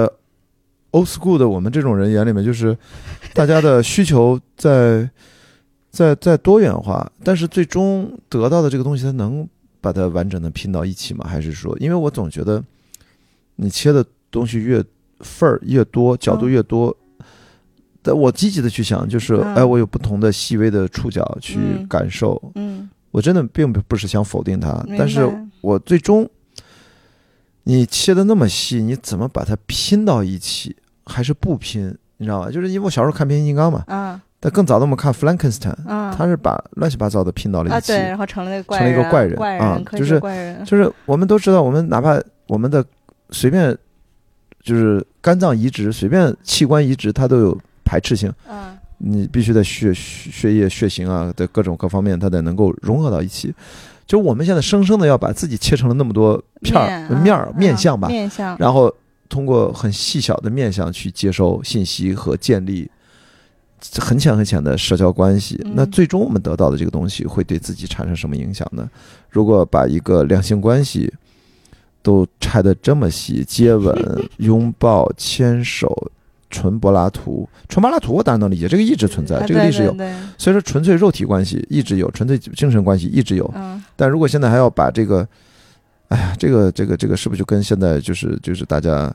B: old school 的我们这种人眼里面，就是大家的需求在在在多元化，但是最终得到的这个东西它能把它完整的拼到一起吗？还是说，因为我总觉得你切的东西越份儿越多，角度越多，嗯、但我积极的去想，就是、嗯、哎，我有不同的细微的触角去感受，嗯，嗯我真的并不是想否定它，但是我最终你切的那么细，你怎么把它拼到一起，还是不拼？你知道吧？就是因为我小时候看变形金刚嘛，嗯，但更早的我们看弗兰肯斯坦，嗯，他是把乱七八糟的拼到了一起，
A: 啊、对，然后成了那个怪
B: 人，成了一个怪人，
A: 怪人
B: 啊，就是就是我们都知道，我们哪怕我们的随便就是肝脏移植，随便器官移植，它都有排斥性，嗯，你必须在血血液、血型啊的各种各方面，它得能够融合到一起。就我们现在生生的要把自己切成了那么多片儿面儿面相吧，
A: 面相，
B: 然后通过很细小的面相去接收信息和建立很浅很浅的社交关系，嗯、那最终我们得到的这个东西会对自己产生什么影响呢？如果把一个两性关系都拆得这么细，接吻、拥抱、牵手。纯柏拉图，纯柏拉图我当然能理解，这个一直存在，这个历史有。所以说，纯粹肉体关系一直有，纯粹精神关系一直有。嗯、但如果现在还要把这个，哎呀，这个这个这个是不是就跟现在就是就是大家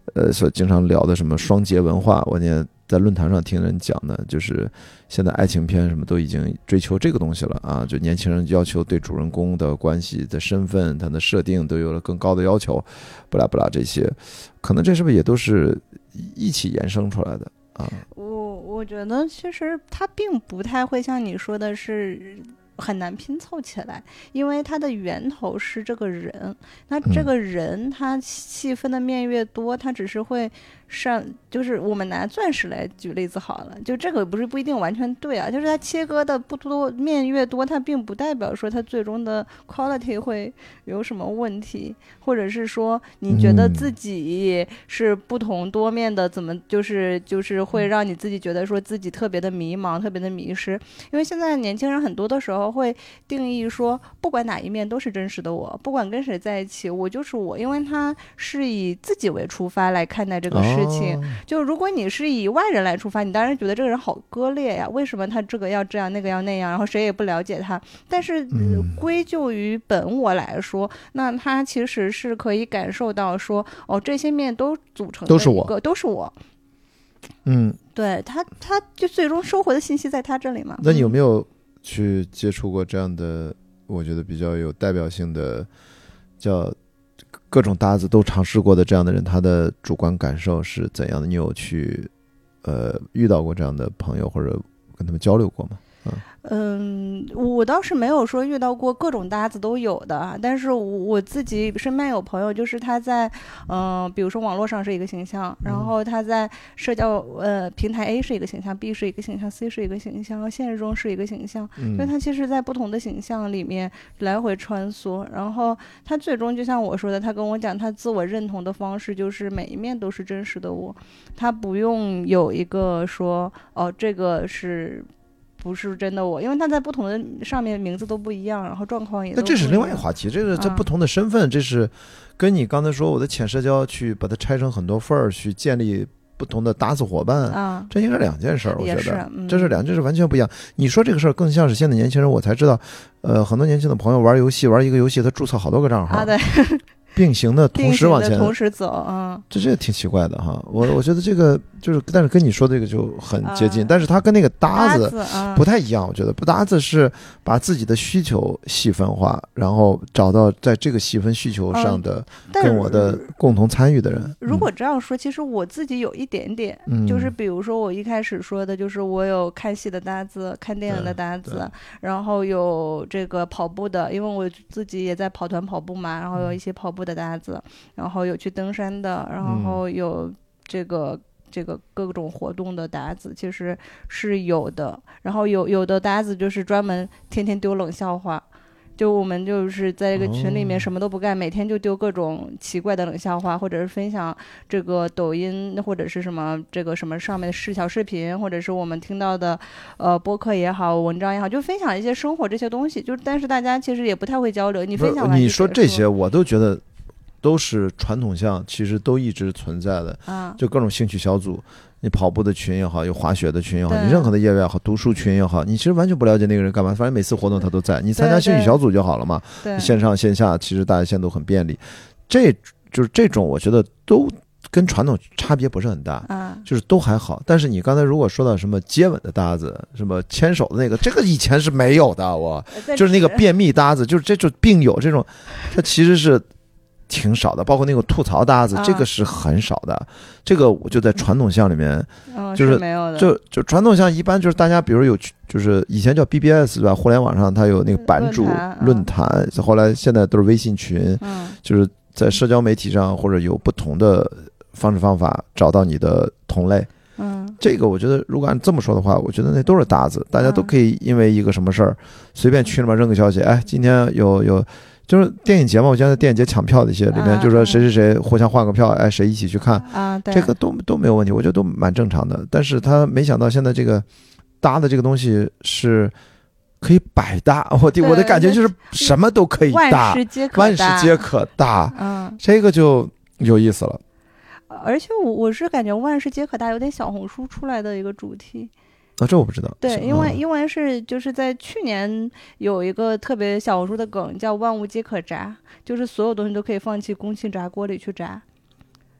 B: 呃所经常聊的什么双节文化，我也在论坛上听人讲的，就是现在爱情片什么都已经追求这个东西了啊，就年轻人要求对主人公的关系的身份他的设定都有了更高的要求，不啦不啦，这些可能这是不是也都是一起延伸出来的啊？
A: 我我觉得其实它并不太会像你说的是很难拼凑起来，因为它的源头是这个人，那这个人他细分的面越多，他只是会上，就是我们拿钻石来举例子好了，就这个不是不一定完全对啊，就是它切割的不多面越多，它并不代表说它最终的 quality 会有什么问题，或者是说你觉得自己是不同多面的，怎么就是就是会让你自己觉得说自己特别的迷茫，特别的迷失，因为现在年轻人很多的时候会定义说不管哪一面都是真实的我，不管跟谁在一起我就是我，因为他是以自己为出发来看待这个事情、哦、就如果你是以外人来出发，你当然觉得这个人好割裂呀，为什么他这个要这样那个要那样，然后谁也不了解他，但是、呃、归咎于本我来说，那他其实是可以感受到说哦这些面都组成的一个都是我都是我
B: 嗯，
A: 对他他就最终收回的信息在他这里嘛。
B: 那你有没有去接触过这样的我觉得比较有代表性的叫各种搭子都尝试过的这样的人，他的主观感受是怎样的？你有去呃遇到过这样的朋友或者跟他们交流过吗？
A: 嗯，我倒是没有说遇到过各种搭子都有的，但是我自己身边有朋友，就是他在嗯、呃，比如说网络上是一个形象，然后他在社交呃平台 A 是一个形象， B 是一个形象， C 是一个形象，现实中是一个形象，
B: 嗯、
A: 所以他其实在不同的形象里面来回穿梭，然后他最终就像我说的，他跟我讲他自我认同的方式就是每一面都是真实的我，他不用有一个说哦这个是不是真的我，因为他在不同的上面名字都不一样，然后状况也都不一样。
B: 那这是另外一个话题，这个这不同的身份、啊、这是跟你刚才说我的浅社交去把它拆成很多份儿去建立不同的搭子伙伴啊，这应该是两件事儿，我觉得、嗯、这是两件事完全不一样。你说这个事儿更像是现在年轻人，我才知道呃，很多年轻的朋友玩游戏玩一个游戏他注册好多个账号啊，对并行的同时往前
A: 同时走啊，
B: 这这挺奇怪的哈。我我觉得这个就是，但是跟你说这个就很接近，啊、但是它跟那个搭子不太一样。啊、我觉得不搭子是把自己的需求细分化，然后找到在这个细分需求上的跟我的共同参与的人。
A: 嗯、如果这样说，其实我自己有一点点，嗯、就是比如说我一开始说的，就是我有看戏的搭子，看电影的搭子，然后有这个跑步的，因为我自己也在跑团跑步嘛，然后有一些跑步的搭子，然后有去登山的，然后有这个、嗯、这个各种活动的搭子其实是有的，然后有有的搭子就是专门天天丢冷笑话，就我们就是在这个群里面什么都不干、哦、每天就丢各种奇怪的冷笑话，或者是分享这个抖音或者是什么这个什么上面的视小视频，或者是我们听到的呃播客也好文章也好，就分享一些生活这些东西，就但是大家其实也不太会交流，你分享完
B: 你说这些我都觉得都是传统项，其实都一直存在的、啊、就各种兴趣小组，你跑步的群也好，有滑雪的群也好，你任何的业务也好，读书群也好，你其实完全不了解那个人干嘛，反正每次活动他都在，你参加兴趣小组就好了嘛，线上线下其实大家现在都很便利，这就是这种我觉得都跟传统差别不是很大、啊、就是都还好。但是你刚才如果说到什么接吻的搭子，什么牵手的那个，这个以前是没有的，我就是那个便秘搭子，就是这就病友这种，它其实是挺少的，包括那个吐槽搭子、啊、这个是很少的，这个我就在传统项里面、
A: 哦、
B: 就是
A: 没有的，
B: 就就传统项一般就是大家比如有就是以前叫 B B S 对吧，互联网上它有那个版主论坛、啊、后来现在都是微信群、嗯、就是在社交媒体上或者有不同的方式方法找到你的同类，嗯，这个我觉得如果按这么说的话，我觉得那都是搭子，大家都可以因为一个什么事儿、嗯、随便群里面扔个消息，哎，今天有有就是电影节嘛，我现在电影节抢票的一些里面，就说谁谁谁互相换个票，哎，谁一起去看啊，这个都都没有问题，我觉得都蛮正常的。但是他没想到现在这个搭的这个东西是可以百搭，我的我的感觉就是什么都可以搭，万事皆可搭，万事皆可搭，嗯，这个就有意思了。
A: 而且我我是感觉万事皆可搭有点小红书出来的一个主题。
B: 啊，这我不知道。
A: 对，因为因为是就是在去年有一个特别小红书的梗叫万物皆可炸，就是所有东西都可以放弃空气炸锅里去炸。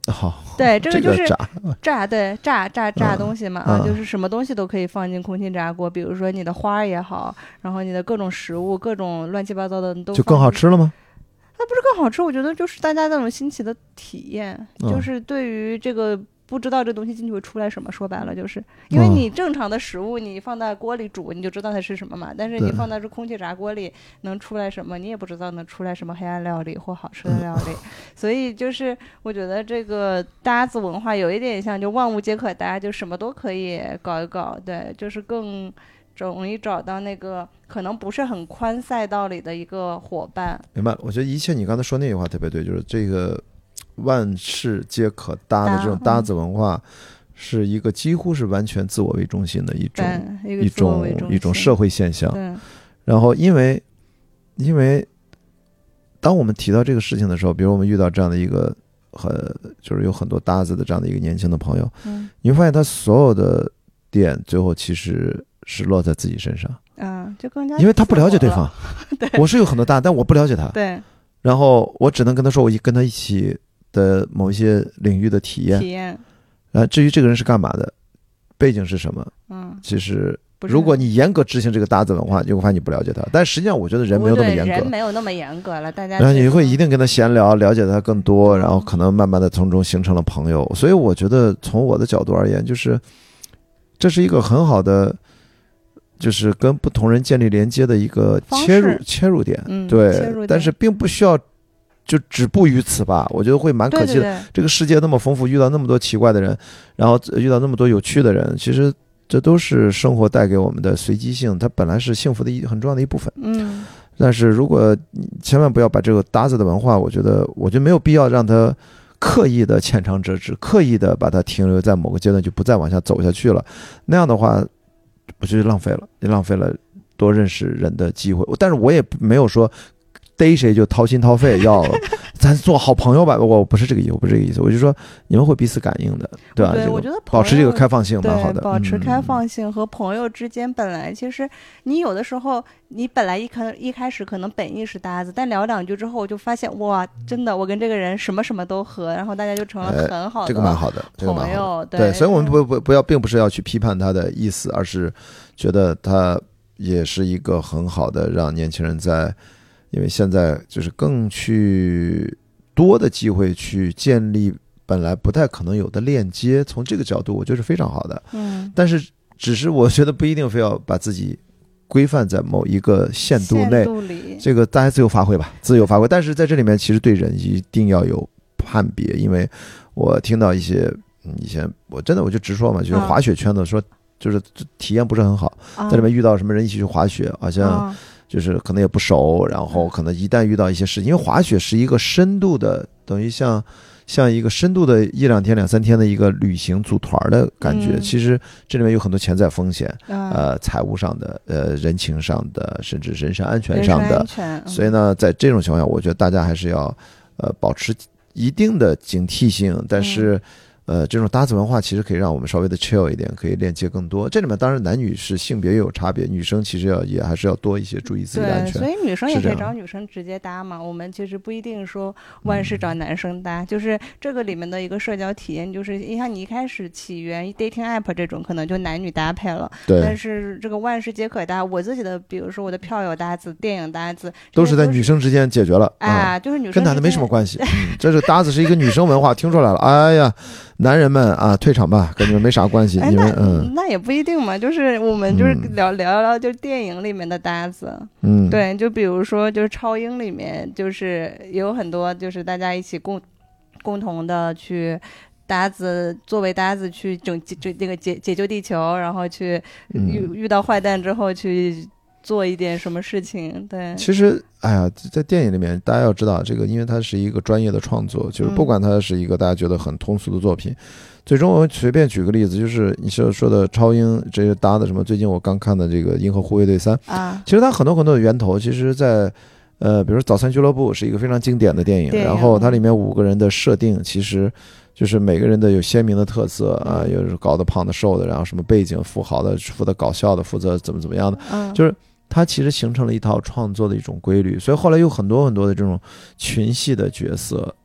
B: 好、哦，
A: 对，这个就是
B: 炸
A: 炸，对，炸炸炸东西嘛、嗯、啊，
B: 嗯、
A: 就是什么东西都可以放进空气炸锅，比如说你的花也好，然后你的各种食物，各种乱七八糟的都
B: 就更好吃了吗？
A: 它不是更好吃，我觉得就是大家那种新奇的体验、嗯、就是对于这个不知道这东西进去会出来什么，说白了就是因为你正常的食物你放在锅里煮你就知道它是什么嘛，但是你放到这空气炸锅里能出来什么你也不知道能出来什么黑暗料理或好吃的料理、嗯、所以就是我觉得这个搭子文化有一点像就万物皆可搭，就什么都可以搞一搞，对，就是更容易找到那个可能不是很宽赛道里的一个伙伴。
B: 明白，我觉得一切你刚才说那句话特别对，就是这个万事皆可搭的这种搭子文化是一个几乎是完全自我为中心的一种一种一种社会现象。然后因为因为当我们提到这个事情的时候，比如我们遇到这样的一个很就是有很多搭子的这样的一个年轻的朋友、嗯、你会发现他所有的点最后其实是落在自己身上
A: 啊，就更加
B: 因为他不了解对方对，我是有很多搭但我不了解他，
A: 对，
B: 然后我只能跟他说我跟他一起的某一些领域的体验
A: 体验，
B: 啊，至于这个人是干嘛的，背景是什么，
A: 嗯，
B: 其实如果你严格执行这个搭子文化，你会发现你不了解他。但实际上，我觉得人没有那么严格，
A: 人没有那么严格了，大家。
B: 然后你会一定跟他闲聊，了解他更多，然后可能慢慢的从中形成了朋友。所以我觉得，从我的角度而言，就是这是一个很好的，就是跟不同人建立连接的一个切入切入点，
A: 嗯，
B: 对
A: 切入点，
B: 但是并不需要。就止步于此吧，我觉得会蛮可惜的。
A: 对对对，
B: 这个世界那么丰富，遇到那么多奇怪的人，然后遇到那么多有趣的人，其实这都是生活带给我们的随机性，它本来是幸福的一很重要的一部分。
A: 嗯，
B: 但是如果千万不要把这个搭子的文化，我觉得，我觉得没有必要让它刻意的浅尝辄止，刻意的把它停留在某个阶段就不再往下走下去了。那样的话，我觉得浪费了，也浪费了多认识人的机会。但是我也没有说。逮谁就掏心掏肺，要咱做好朋友吧，我不是这个意思，我不是这个意思，我就说你们会彼此感应的，对吧？
A: 对，我觉得
B: 保持这个开放性蛮好的。
A: 保持开放性和朋友之间，本来其实你有的时候，你本来一可能一开始可能本意是搭子，但聊两句之后就发现哇，真的我跟这个人什么什么都合，然后大家就成了很好的、哎、
B: 这个蛮好的
A: 朋友。
B: 对，所以我们不不不要，并不是要去批判他的意思，而是觉得他也是一个很好的让年轻人在。因为现在就是更去多的机会去建立本来不太可能有的链接，从这个角度我觉得是非常好的。
A: 嗯，
B: 但是只是我觉得不一定非要把自己规范在某一个限度内，这个大家自由发挥吧，自由发挥。但是在这里面其实对人一定要有判别，因为我听到一些以前我真的我就直说嘛，就是滑雪圈的说就是体验不是很好，在里面遇到什么人一起去滑雪，好像。就是可能也不熟，然后可能一旦遇到一些事情，因为滑雪是一个深度的，等于像像一个深度的一两天两三天的一个旅行组团的感觉、嗯、其实这里面有很多潜在风险、嗯、呃财务上的呃人情上的甚至人身安全上的，
A: 嗯、
B: 所以呢在这种情况下我觉得大家还是要呃保持一定的警惕性，但是、嗯呃，这种搭子文化其实可以让我们稍微的 chill 一点，可以链接更多。这里面当然男女是性别也有差别，女生其实要也还是要多一些注意自己的安全。
A: 对，所以女生也可以找女生直接搭嘛。我们其实不一定说万事找男生搭、嗯，就是这个里面的一个社交体验，就是你看你一开始起源 dating app 这种可能就男女搭配了，
B: 对。
A: 但是这个万事皆可搭，我自己的比如说我的票友搭子、电影搭子，
B: 都是在女生之间解决了
A: 啊、嗯，就是女生
B: 跟男的没什么关系。嗯、这是搭子是一个女生文化，听出来了。哎呀。男人们啊，退场吧，跟你们没啥关系。
A: 哎、
B: 你们
A: 嗯，那也不一定嘛，就是我们就是聊、嗯、聊聊，就是电影里面的搭子，
B: 嗯，
A: 对，就比如说就是超英里面，就是有很多就是大家一起共共同的去搭子，作为搭子去拯这这个解解救地球，然后去遇、嗯、遇到坏蛋之后去。做一点什么事情，对。其
B: 实，哎呀，在电影里面，大家要知道这个，因为它是一个专业的创作，就是不管它是一个大家觉得很通俗的作品，嗯、最终我随便举个例子，就是你说说的超英这些搭的什么，最近我刚看的这个《银河护卫队三》
A: 啊，
B: 其实它很多很多的源头，其实在呃，比如说《早餐俱乐部》是一个非常经典的电影，
A: 电影
B: 然后它里面五个人的设定其实。就是每个人的有鲜明的特色啊，有是高的、胖的、瘦的，然后什么背景，富豪的、负责搞笑的，负责怎么怎么样的，
A: 嗯，
B: 就是它其实形成了一套创作的一种规律。所以后来有很多很多的这种群戏的角色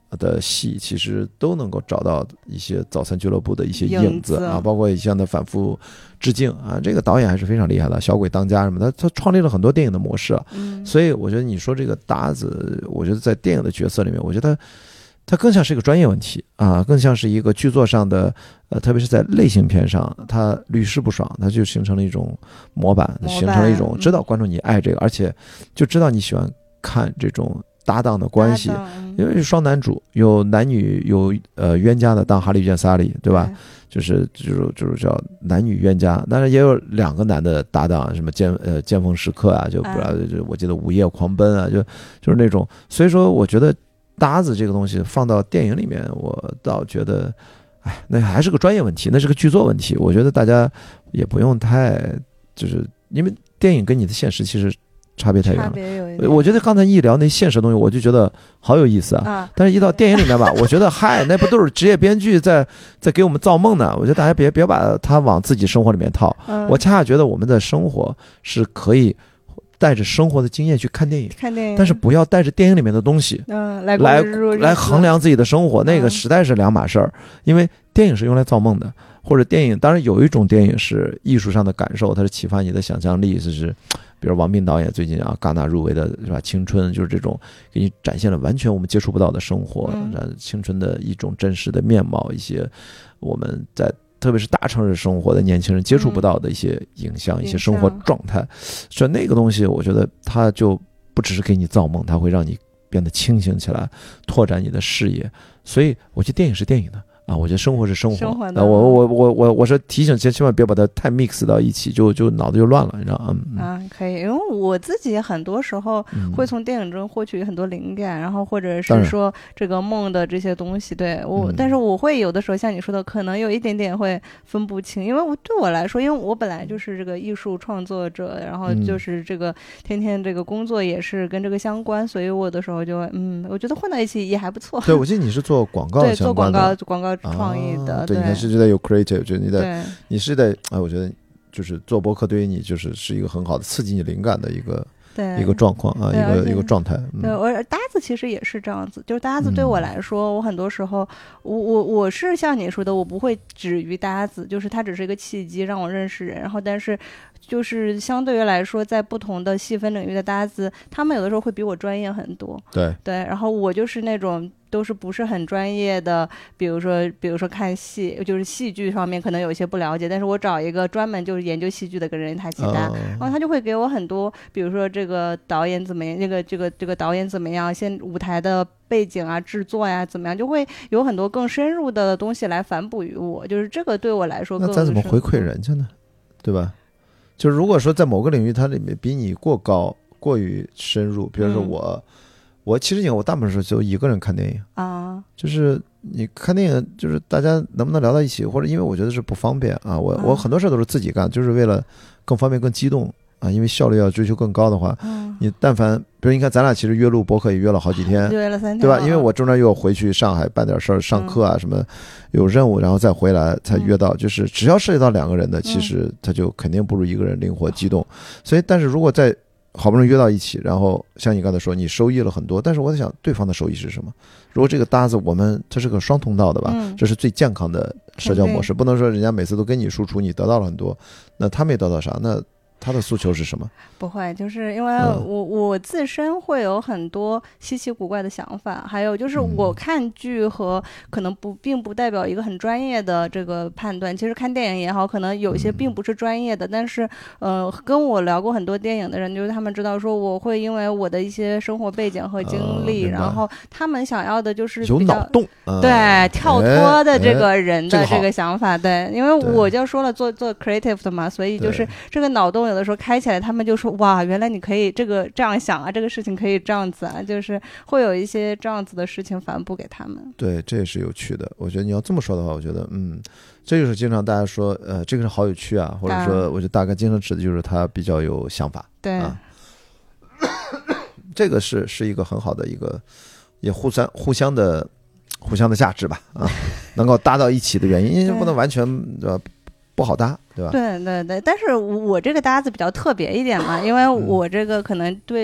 B: 的戏，其实都能够找到一些早餐俱乐部的一些影子啊，
A: 影子
B: 包括向他反复致敬啊。这个导演还是非常厉害的，小鬼当家什么的，他他创立了很多电影的模式啊。
A: 嗯，
B: 所以我觉得你说这个搭子，我觉得在电影的角色里面，我觉得它更像是一个专业问题啊，更像是一个剧作上的，呃，特别是在类型片上，它屡试不爽，它就形成了一种模板，
A: 模板
B: 形成了一种知道观众你爱这个，而且就知道你喜欢看这种搭档的关系，因为是双男主，有男女有呃冤家的，当哈利遇见萨利，对吧？就是就是就是叫男女冤家，当然也有两个男的搭档，什么剑呃剑锋时刻啊，就不知道就我记得午夜狂奔啊，就就是那种，所以说我觉得搭子这个东西放到电影里面，我倒觉得，哎，那还是个专业问题，那是个剧作问题，我觉得大家也不用太，就是因为电影跟你的现实其实差别太远了。我觉得刚才一聊那现实的东西，我就觉得好有意思啊。啊但是，一到电影里面吧，我觉得嗨，那不都是职业编剧在在给我们造梦呢？我觉得大家别别把它往自己生活里面套。嗯、我恰恰觉得我们的生活是可以带着生活的经验去看电影，
A: 看电影，
B: 但是不要带着电影里面的东西，
A: 嗯，来
B: 来来衡量自己的生活，那个实在是两码事儿。嗯、因为电影是用来造梦的，或者电影，当然有一种电影是艺术上的感受，它是启发你的想象力，就是比如王斌导演最近啊戛纳入围的是吧？青春就是这种给你展现了完全我们接触不到的生活，嗯、青春的一种真实的面貌，一些我们在。特别是大城市生活的年轻人接触不到的一些影像、嗯、一些生活状态，所以那个东西我觉得它就不只是给你造梦，它会让你变得清醒起来，拓展你的视野。所以我觉得电影是电影的啊，我觉得生活是生活。
A: 生活的
B: 啊、我我我我我是提醒，千万别把它太 mix 到一起，就就脑子就乱了，你知道吗？嗯、
A: 啊，可以，因为我自己很多时候会从电影中获取很多灵感，嗯、然后或者是说这个梦的这些东西。对我，嗯、但是我会有的时候像你说的，可能有一点点会分不清，因为我对我来说，因为我本来就是这个艺术创作者，然后就是这个天天这个工作也是跟这个相关，所以我有的时候就嗯，我觉得混在一起也还不错。
B: 对，我记得你是做广告相关的，
A: 对，做广告广告创意的。啊
B: 对，你还是得有 creative， 就你得，你是得，哎，我觉得就是做播客对于你就是是一个很好的刺激你灵感的一个一个状况啊，一个一个状态。嗯、
A: 对，我搭子其实也是这样子，就是搭子对我来说，嗯、我很多时候，我我我是像你说的，我不会止于搭子，就是它只是一个契机让我认识人，然后但是。就是相对于来说，在不同的细分领域的搭子，他们有的时候会比我专业很多。
B: 对
A: 对，然后我就是那种都是不是很专业的，比如说比如说看戏，就是戏剧上面可能有一些不了解，但是我找一个专门就是研究戏剧的跟人他一起搭，哦、然后他就会给我很多，比如说这个导演怎么样，这个这个这个导演怎么样，现舞台的背景啊、制作呀、啊、怎么样，就会有很多更深入的东西来反哺于我，就是这个对我来说更。
B: 那咱怎么回馈人家呢？对吧？就是如果说在某个领域它里面比你过高过于深入，比如说我、嗯、我其实我大部分时候就一个人看电影啊，就是你看电影就是大家能不能聊到一起，或者因为我觉得是不方便啊，我、啊、我很多事都是自己干，就是为了更方便更激动啊，因为效率要追求更高的话、嗯、你但凡比如你看咱俩其实约录播客也约了好几天，
A: 约了三天，
B: 对吧？因为我中间又回去上海办点事儿，上课啊什么有任务，然后再回来才约到、嗯、就是只要涉及到两个人的、嗯、其实他就肯定不如一个人灵活激动、嗯、所以但是如果在好不容易约到一起，然后像你刚才说你收益了很多，但是我在想对方的收益是什么？如果这个搭子我们这是个双通道的吧、嗯、这是最健康的社交模式，不能说人家每次都跟你输出你得到了很多，那他没得到啥，那他的诉求是什么？
A: 不会，就是因为我、嗯、我自身会有很多稀奇古怪的想法，还有就是我看剧和可能不并不代表一个很专业的这个判断。其实看电影也好，可能有些并不是专业的，嗯、但是呃，跟我聊过很多电影的人，就是他们知道说我会因为我的一些生活背景和经历，呃、然后他们想要的就是比较
B: 有脑洞，呃、
A: 对跳脱的这个人的这个想法，对，因为我就说了做做 creative 的嘛，所以就是这个脑洞。有的时候开起来他们就说哇原来你可以这个这样想啊，这个事情可以这样子啊，就是会有一些这样子的事情反哺给他们。
B: 对，这也是有趣的。我觉得你要这么说的话，我觉得嗯，这就是经常大家说呃这个是好有趣啊，或者说我觉得大概经常指的就是他比较有想法。
A: 对
B: 啊，这个是是一个很好的一个也互相互相的互相的价值吧啊，能够搭到一起的原因，因为不能完全呃不好搭，对吧？
A: 对对对，但是我这个搭子比较特别一点嘛，因为我这个可能对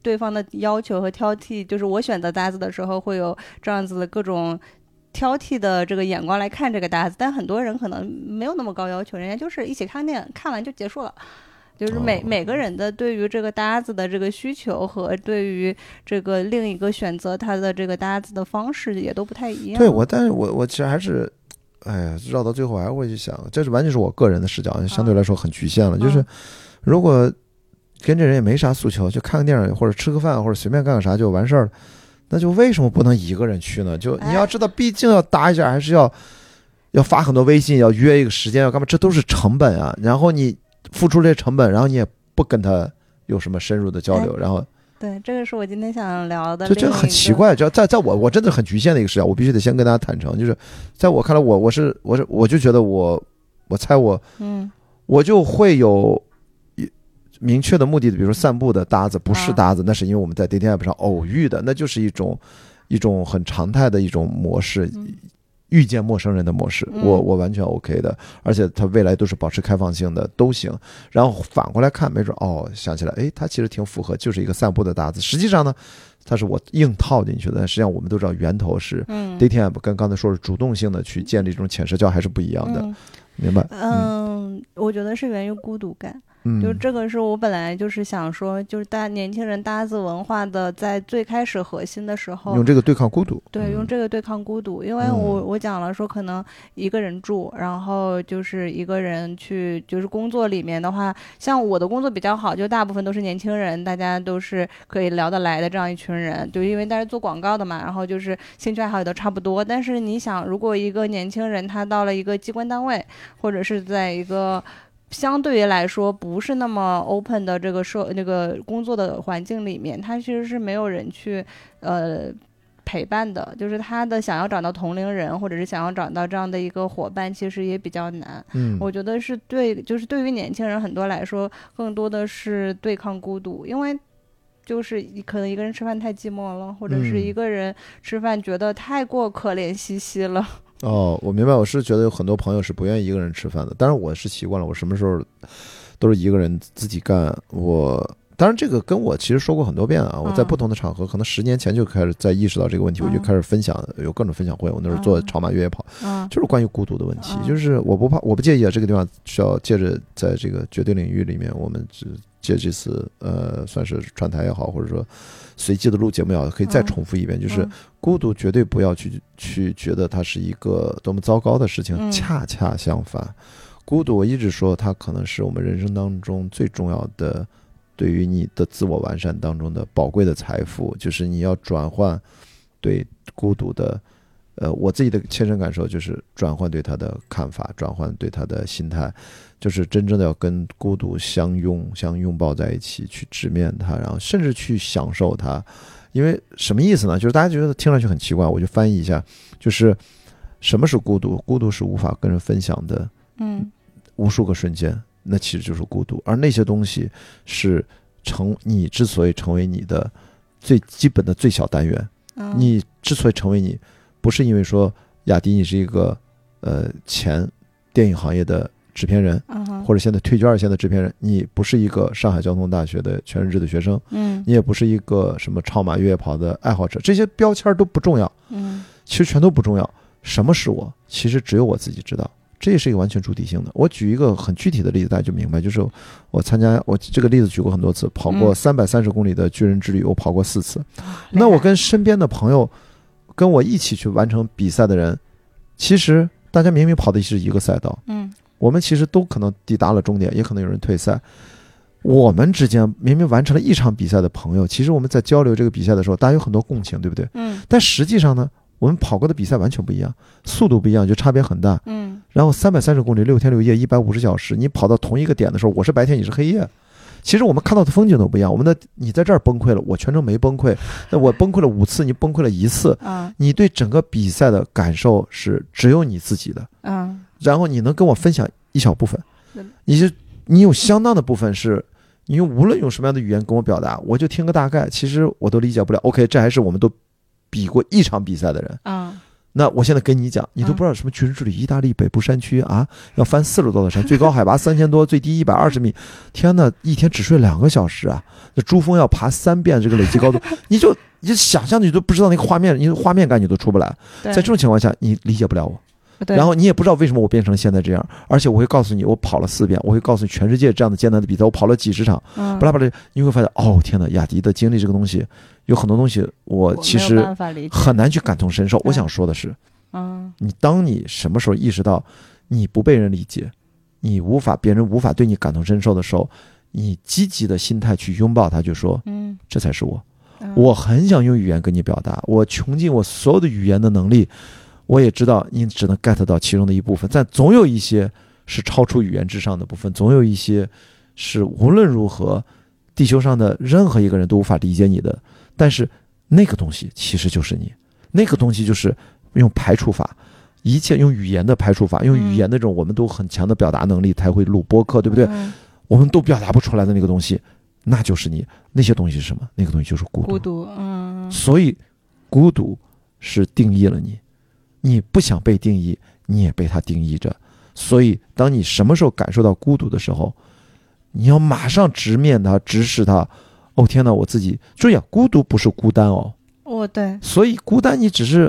A: 对方的要求和挑剔，就是我选择搭子的时候会有这样子的各种挑剔的这个眼光来看这个搭子，但很多人可能没有那么高要求，人家就是一起看电影，看完就结束了。就是每、哦、每个人的对于这个搭子的这个需求和对于这个另一个选择他的这个搭子的方式也都不太一样。
B: 对，我但是我我其实还是，哎呀，绕到最后还会去想，这是完全是我个人的视角，相对来说很局限了。嗯、就是如果跟这人也没啥诉求，就看个电影或者吃个饭或者随便干个啥就完事儿了，那就为什么不能一个人去呢？就你要知道，毕竟要搭一下还是要要发很多微信，要约一个时间，要干嘛，这都是成本啊。然后你付出这些成本，然后你也不跟他有什么深入的交流，然后
A: 对，这个是我今天想聊的。
B: 就这个很奇怪，就在在我我真的很局限的一个视角，我必须得先跟大家坦诚，就是在我看来，我我是我是我就觉得我我猜我
A: 嗯，
B: 我就会有明确的目的的，比如说散步的搭子不是搭子，啊、那是因为我们在 dating app 上偶遇的，那就是一种一种很常态的一种模式。嗯，遇见陌生人的模式，我我完全 OK 的，而且他未来都是保持开放性的，都行。然后反过来看，没准哦，想起来，哎，他其实挺符合，就是一个散步的搭子。实际上呢，他是我硬套进去的。实际上我们都知道，源头是 dating app，跟刚才说是主动性的去建立这种潜社交还是不一样的，
A: 嗯、
B: 明白？
A: 嗯，我觉得是源于孤独感。
B: 嗯，
A: 就这个是我本来就是想说，就是大年轻人搭子文化的在最开始核心的时候，
B: 用这个对抗孤独。
A: 对，用这个对抗孤独，因为我我讲了说，可能一个人住，然后就是一个人去，就是工作里面的话，像我的工作比较好，就大部分都是年轻人，大家都是可以聊得来的这样一群人，对，因为大家做广告的嘛，然后就是兴趣爱好也都差不多。但是你想，如果一个年轻人他到了一个机关单位，或者是在一个相对于来说不是那么 open 的这个社那个工作的环境里面，他其实是没有人去呃陪伴的，就是他的想要找到同龄人或者是想要找到这样的一个伙伴，其实也比较难。
B: 嗯，
A: 我觉得是对，就是对于年轻人很多来说，更多的是对抗孤独，因为就是可能一个人吃饭太寂寞了，或者是一个人吃饭觉得太过可怜兮兮了。
B: 哦，我明白，我是觉得有很多朋友是不愿意一个人吃饭的，当然我是习惯了，我什么时候都是一个人自己干。我当然这个跟我其实说过很多遍啊，我在不同的场合，可能十年前就开始在意识到这个问题，我就开始分享，有各种分享会，我那时候做超马越野跑，就是关于孤独的问题，就是我不怕，我不介意啊，这个地方需要借着在这个绝对领域里面，我们只借这次呃算是串台也好，或者说随机的录节目也好，可以再重复一遍，就是孤独绝对不要去去觉得它是一个多么糟糕的事情，恰恰相反，孤独我一直说它可能是我们人生当中最重要的，对于你的自我完善当中的宝贵的财富，就是你要转换对孤独的呃，我自己的切身感受就是转换对他的看法，转换对他的心态，就是真正的要跟孤独相拥相拥抱在一起，去直面它，然后甚至去享受它。因为什么意思呢？就是大家觉得听上去很奇怪，我就翻译一下，就是什么是孤独？孤独是无法跟人分享的，
A: 嗯，
B: 无数个瞬间，那其实就是孤独。而那些东西是成你之所以成为你的最基本的最小单元，
A: 嗯，
B: 你之所以成为你，不是因为说雅迪你是一个呃前电影行业的制片人，
A: 嗯，
B: 或者现在退居二线的制片人，你不是一个上海交通大学的全日制的学生，
A: 嗯，
B: 你也不是一个什么超马越野跑的爱好者，这些标签都不重要，
A: 嗯，
B: 其实全都不重要。什么是我？其实只有我自己知道。这也是一个完全主体性的。我举一个很具体的例子，大家就明白，就是我参加，我这个例子举过很多次，跑过三百三十公里的巨人之旅，我跑过四次。那我跟身边的朋友，跟我一起去完成比赛的人，其实大家明明跑的是一个赛道，
A: 嗯，
B: 我们其实都可能抵达了终点，也可能有人退赛。我们之间明明完成了一场比赛的朋友，其实我们在交流这个比赛的时候，大家有很多共情，对不对？
A: 嗯。
B: 但实际上呢，我们跑过的比赛完全不一样，速度不一样，就差别很大。
A: 嗯。
B: 然后三百三十公里，六天六夜，一百五十小时，你跑到同一个点的时候，我是白天，你是黑夜。其实我们看到的风景都不一样。我们的你在这儿崩溃了，我全程没崩溃。那我崩溃了五次，你崩溃了一次。
A: 啊。
B: 你对整个比赛的感受是只有你自己的。
A: 嗯。
B: 然后你能跟我分享一小部分，你是你有相当的部分是。你用无论用什么样的语言跟我表达，我就听个大概，其实我都理解不了。OK， 这还是我们都比过一场比赛的人，
A: 嗯，
B: 那我现在跟你讲，你都不知道什么军事旅，意大利北部山区啊，要翻四十多的山，最高海拔三千多，最低一百二十米。天哪，一天只睡两个小时啊！那珠峰要爬三遍这个累积高度，你就你就想象你都不知道那个画面，你画面感你都出不来。在这种情况下，你理解不了我。然后你也不知道为什么我变成现在这样，而且我会告诉你，我跑了四遍，我会告诉你全世界这样的艰难的比赛，我跑了几十场，巴拉巴拉，你会发现，哦天哪，雅迪的经历这个东西，有很多东西我其实很难去感同身受。我想说的是，
A: 嗯，
B: 你当你什么时候意识到你不被人理解，你无法别人无法对你感同身受的时候，你积极的心态去拥抱它，就说，
A: 嗯，
B: 这才是我，我很想用语言跟你表达，我穷尽我所有的语言的能力。我也知道你只能 get 到其中的一部分，但总有一些是超出语言之上的部分，总有一些是无论如何地球上的任何一个人都无法理解你的，但是那个东西其实就是你，那个东西就是用排除法，一切用语言的排除法，用语言那种我们都很强的表达能力才会录播客，对不对？我们都表达不出来的那个东西，那就是你。那些东西是什么？那个东西就是孤独。
A: 孤独，嗯。
B: 所以孤独是定义了你。你不想被定义，你也被它定义着。所以当你什么时候感受到孤独的时候，你要马上直面它，直视它。哦天哪，我自己注意啊，孤独不是孤单哦。
A: 哦，对。
B: 所以孤单你只是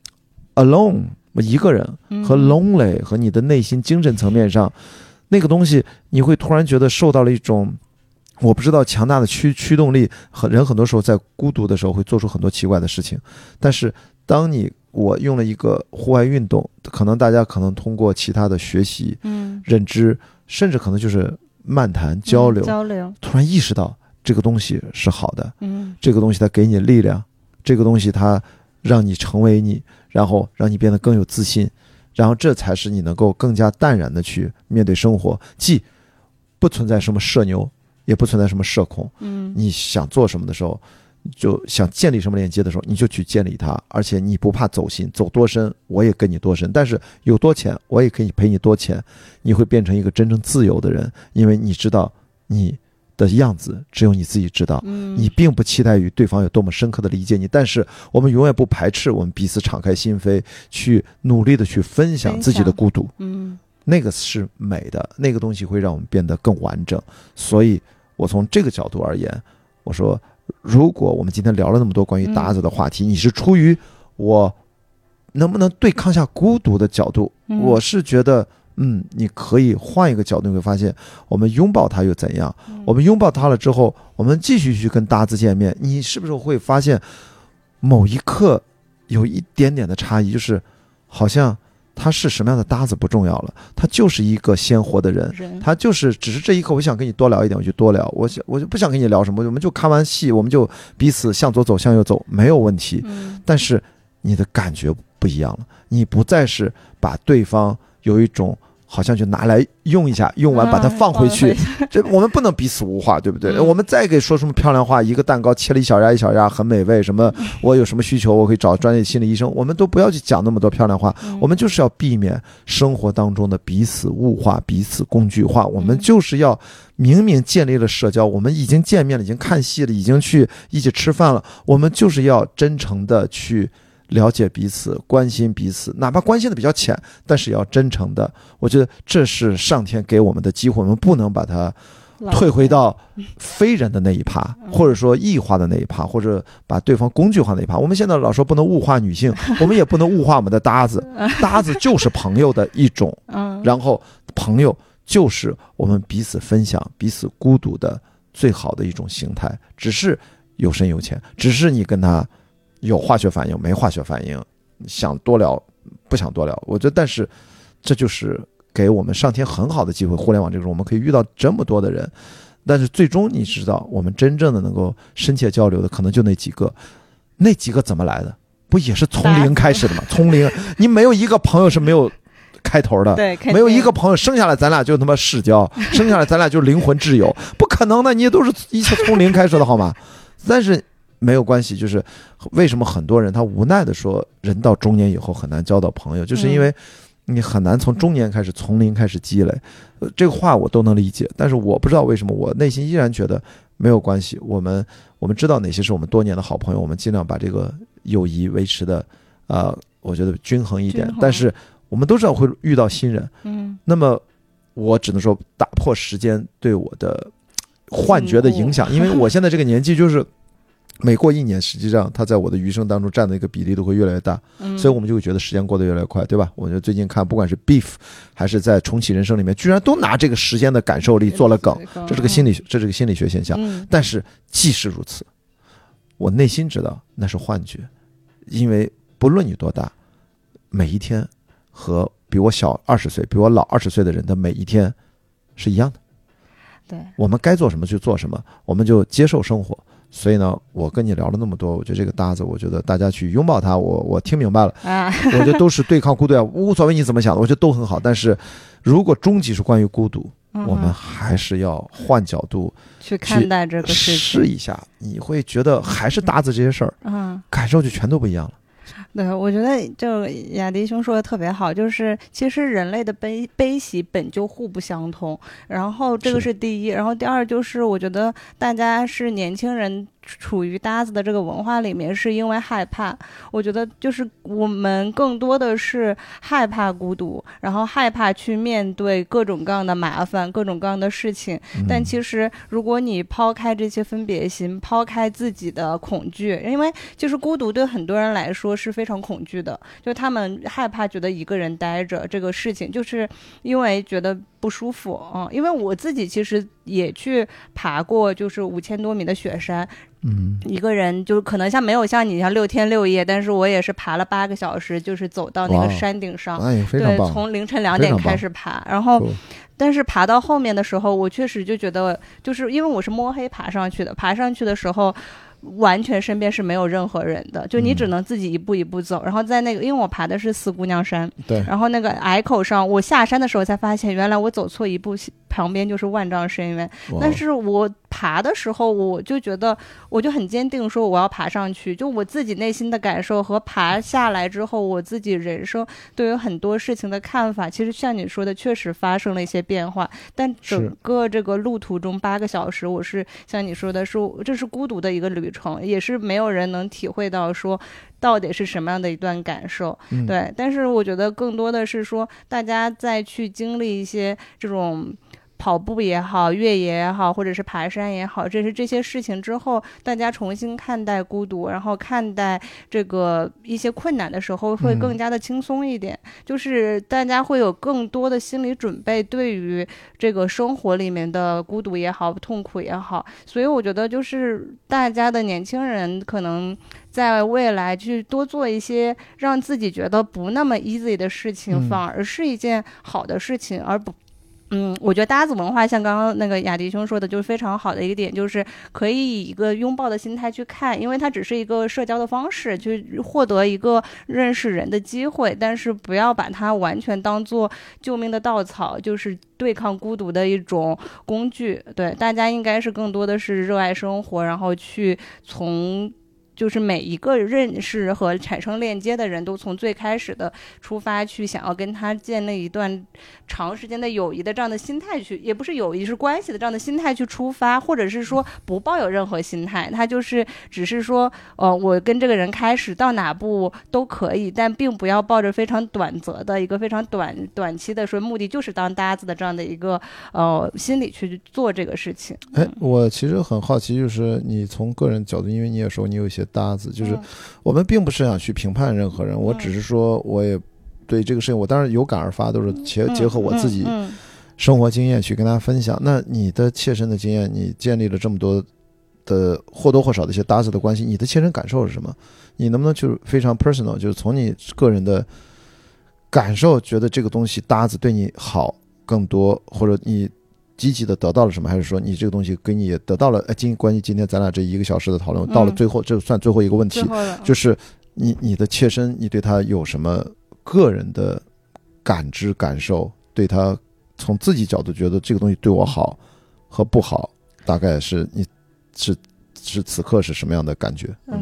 B: alone 一个人，和 lonely 和你的内心精神层面上、嗯、那个东西，你会突然觉得受到了一种我不知道强大的驱驱动力。人很多时候在孤独的时候会做出很多奇怪的事情，但是当你我用了一个户外运动，可能大家可能通过其他的学习、嗯、认知，甚至可能就是漫谈交流、嗯、
A: 交流，
B: 突然意识到这个东西是好的，
A: 嗯，
B: 这个东西它给你力量，这个东西它让你成为你，然后让你变得更有自信，然后这才是你能够更加淡然的去面对生活，既不存在什么社牛，也不存在什么社恐，
A: 嗯，
B: 你想做什么的时候，就想建立什么连接的时候，你就去建立它，而且你不怕走心，走多深我也跟你多深，但是有多浅我也可以陪你多浅，你会变成一个真正自由的人，因为你知道你的样子只有你自己知道，
A: 嗯，
B: 你并不期待于对方有多么深刻的理解你，但是我们永远不排斥我们彼此敞开心扉，去努力的去分享自己的孤独，
A: 嗯，
B: 那个是美的，那个东西会让我们变得更完整。所以我从这个角度而言，我说如果我们今天聊了那么多关于搭子的话题，嗯，你是出于我能不能对抗下孤独的角度，
A: 嗯，
B: 我是觉得嗯，你可以换一个角度，你会发现我们拥抱它又怎样，
A: 嗯，
B: 我们拥抱它了之后，我们继续去跟搭子见面，你是不是会发现某一刻有一点点的差异，就是好像他是什么样的搭子不重要了，他就是一个鲜活的人，
A: 人
B: 他就是只是这一刻我想跟你多聊一点我就多聊，我想我就不想跟你聊什么，我们就看完戏我们就彼此向左走向右走没有问题，
A: 嗯，但
B: 是你的感觉不一样了，你不再是把对方有一种好像就拿来用一下，用完把它放回去，嗯，这我们不能彼此无话，对不对，嗯，我们再给说什么漂亮话，一个蛋糕切了一小牙一小牙很美味，什么我有什么需求我可以找专业心理医生，我们都不要去讲那么多漂亮话，嗯，我们就是要避免生活当中的彼此物化彼此工具化，我们就是要明明建立了社交，我们已经见面了，已经看戏了，已经去一起吃饭了，我们就是要真诚的去了解彼此，关心彼此，哪怕关心的比较浅，但是也要真诚的，我觉得这是上天给我们的机会，我们不能把它退回到非人的那一趴，或者说异化的那一趴，或者把对方工具化的那一趴。我们现在老说不能物化女性，我们也不能物化我们的搭子，搭子就是朋友的一种，然后朋友就是我们彼此分享彼此孤独的最好的一种形态，只是有深有浅，只是你跟他有化学反应没化学反应，想多聊不想多聊，我觉得但是这就是给我们上天很好的机会，互联网这种我们可以遇到这么多的人，但是最终你知道我们真正的能够深切交流的可能就那几个，那几个怎么来的，不也是从零开始的吗？从零，你没有一个朋友是没有开头的，
A: 对，
B: 没有一个朋友生下来咱俩就他妈世交，生下来咱俩就灵魂挚友，不可能的，你也都是一切从零开始的好吗？但是没有关系，就是为什么很多人他无奈的说人到中年以后很难交到朋友，就是因为你很难从中年开始从零开始积累，呃，这个话我都能理解，但是我不知道为什么我内心依然觉得没有关系，我们我们知道哪些是我们多年的好朋友，我们尽量把这个友谊维持的呃我觉得均衡一点，但是我们都知道会遇到新人，
A: 嗯，
B: 那么我只能说打破时间对我的幻觉的影响，因为我现在这个年纪就是每过一年，实际上它在我的余生当中占的一个比例都会越来越大，嗯，所以我们就会觉得时间过得越来越快，对吧？我觉得最近看不管是 Beef 还是在重启人生里面，居然都拿这个时间的感受力做了梗，这是个心理这是个心理学现象，嗯，但是即使如此，我内心知道那是幻觉，因为不论你多大，每一天和比我小二十岁比我老二十岁的人的每一天是一样的，
A: 对，我
B: 们该做什么就做什么，我们就接受生活。所以呢，我跟你聊了那么多，我觉得这个搭子，我觉得大家去拥抱它，我我听明白了，啊，我觉得都是对抗孤独啊，无所谓你怎么想的，我觉得都很好。但是如果终极是关于孤独，嗯，我们还是要换角度
A: 去看待这个事情，
B: 试一下，你会觉得还是搭子这些事儿，嗯，感受就全都不一样了。
A: 对，我觉得就雅迪兄说的特别好，就是其实人类的悲悲喜本就互不相通，然后这个是第一，然后第二就是我觉得大家是年轻人处于搭子的这个文化里面，是因为害怕。我觉得就是我们更多的是害怕孤独，然后害怕去面对各种各样的麻烦，各种各样的事情。但其实如果你抛开这些分别心，抛开自己的恐惧，因为就是孤独对很多人来说是非常恐惧的，就他们害怕觉得一个人待着这个事情，就是因为觉得不舒服，嗯，因为我自己其实也去爬过就是五千多米的雪山，嗯，一个人就可能像没有像你像六天六夜，但是我也是爬了八个小时，就是走到那个山顶上，对，从凌晨两点开始爬，然后但是爬到后面的时候，我确实就觉得，就是因为我是摸黑爬上去的，爬上去的时候完全身边是没有任何人的，就你只能自己一步一步走，嗯，然后在那个因为我爬的是四姑娘山，对，然后那个崖口上，我下山的时候才发现原来我走错一步，旁边就是万丈深渊，但是我爬的时候我就觉得我就很坚定说我要爬上去，就我自己内心的感受和爬下来之后我自己人生对于很多事情的看法，其实像你说的确实发生了一些变化，但整个这个路途中八个小时，我是像你说的是这是孤独的一个旅程，也是没有人能体会到说到底是什么样的一段感受，嗯，对，但是我觉得更多的是说大家再去经历一些这种跑步也好，越野也好，或者是爬山也好，这是这些事情之后，大家重新看待孤独，然后看待这个一些困难的时候，会更加的轻松一点，嗯，就是大家会有更多的心理准备，对于这个生活里面的孤独也好，痛苦也好，所以我觉得就是大家的年轻人可能在未来去多做一些让自己觉得不那么 easy 的事情，嗯，反而是一件好的事情，而不嗯，我觉得搭子文化像刚刚那个雅迪兄说的，就是非常好的一个点，就是可以以一个拥抱的心态去看，因为它只是一个社交的方式，去获得一个认识人的机会，但是不要把它完全当做救命的稻草，就是对抗孤独的一种工具。对，大家应该是更多的是热爱生活，然后去从就是每一个认识和产生链接的人都从最开始的出发去想要跟他建立一段长时间的友谊的这样的心态去，也不是友谊是关系的这样的心态去出发，或者是说不抱有任何心态，他就是只是说呃，我跟这个人开始到哪步都可以，但并不要抱着非常短则的一个非常短短期的说目的就是当搭子的这样的一个呃心理去做这个事情。
B: 哎，我其实很好奇，就是你从个人角度，因为你也说你有一些搭子，就是我们并不是想去评判任何人，嗯，我只是说我也对这个事情我当然有感而发，都是结结合我自己生活经验去跟大家分享，嗯嗯嗯，那你的切身的经验，你建立了这么多的或多或少的一些搭子的关系，你的切身感受是什么？你能不能就是非常 personal， 就是从你个人的感受觉得这个东西搭子对你好更多，或者你积极的得到了什么，还是说你这个东西给你也得到了？哎，今关于今天咱俩这一个小时的讨论，嗯，到了最后，这算最后一个问题，就是你你的切身，你对他有什么个人的感知感受？对他从自己角度觉得这个东西对我好和不好，大概是你是是此刻是什么样的感觉？
A: 嗯，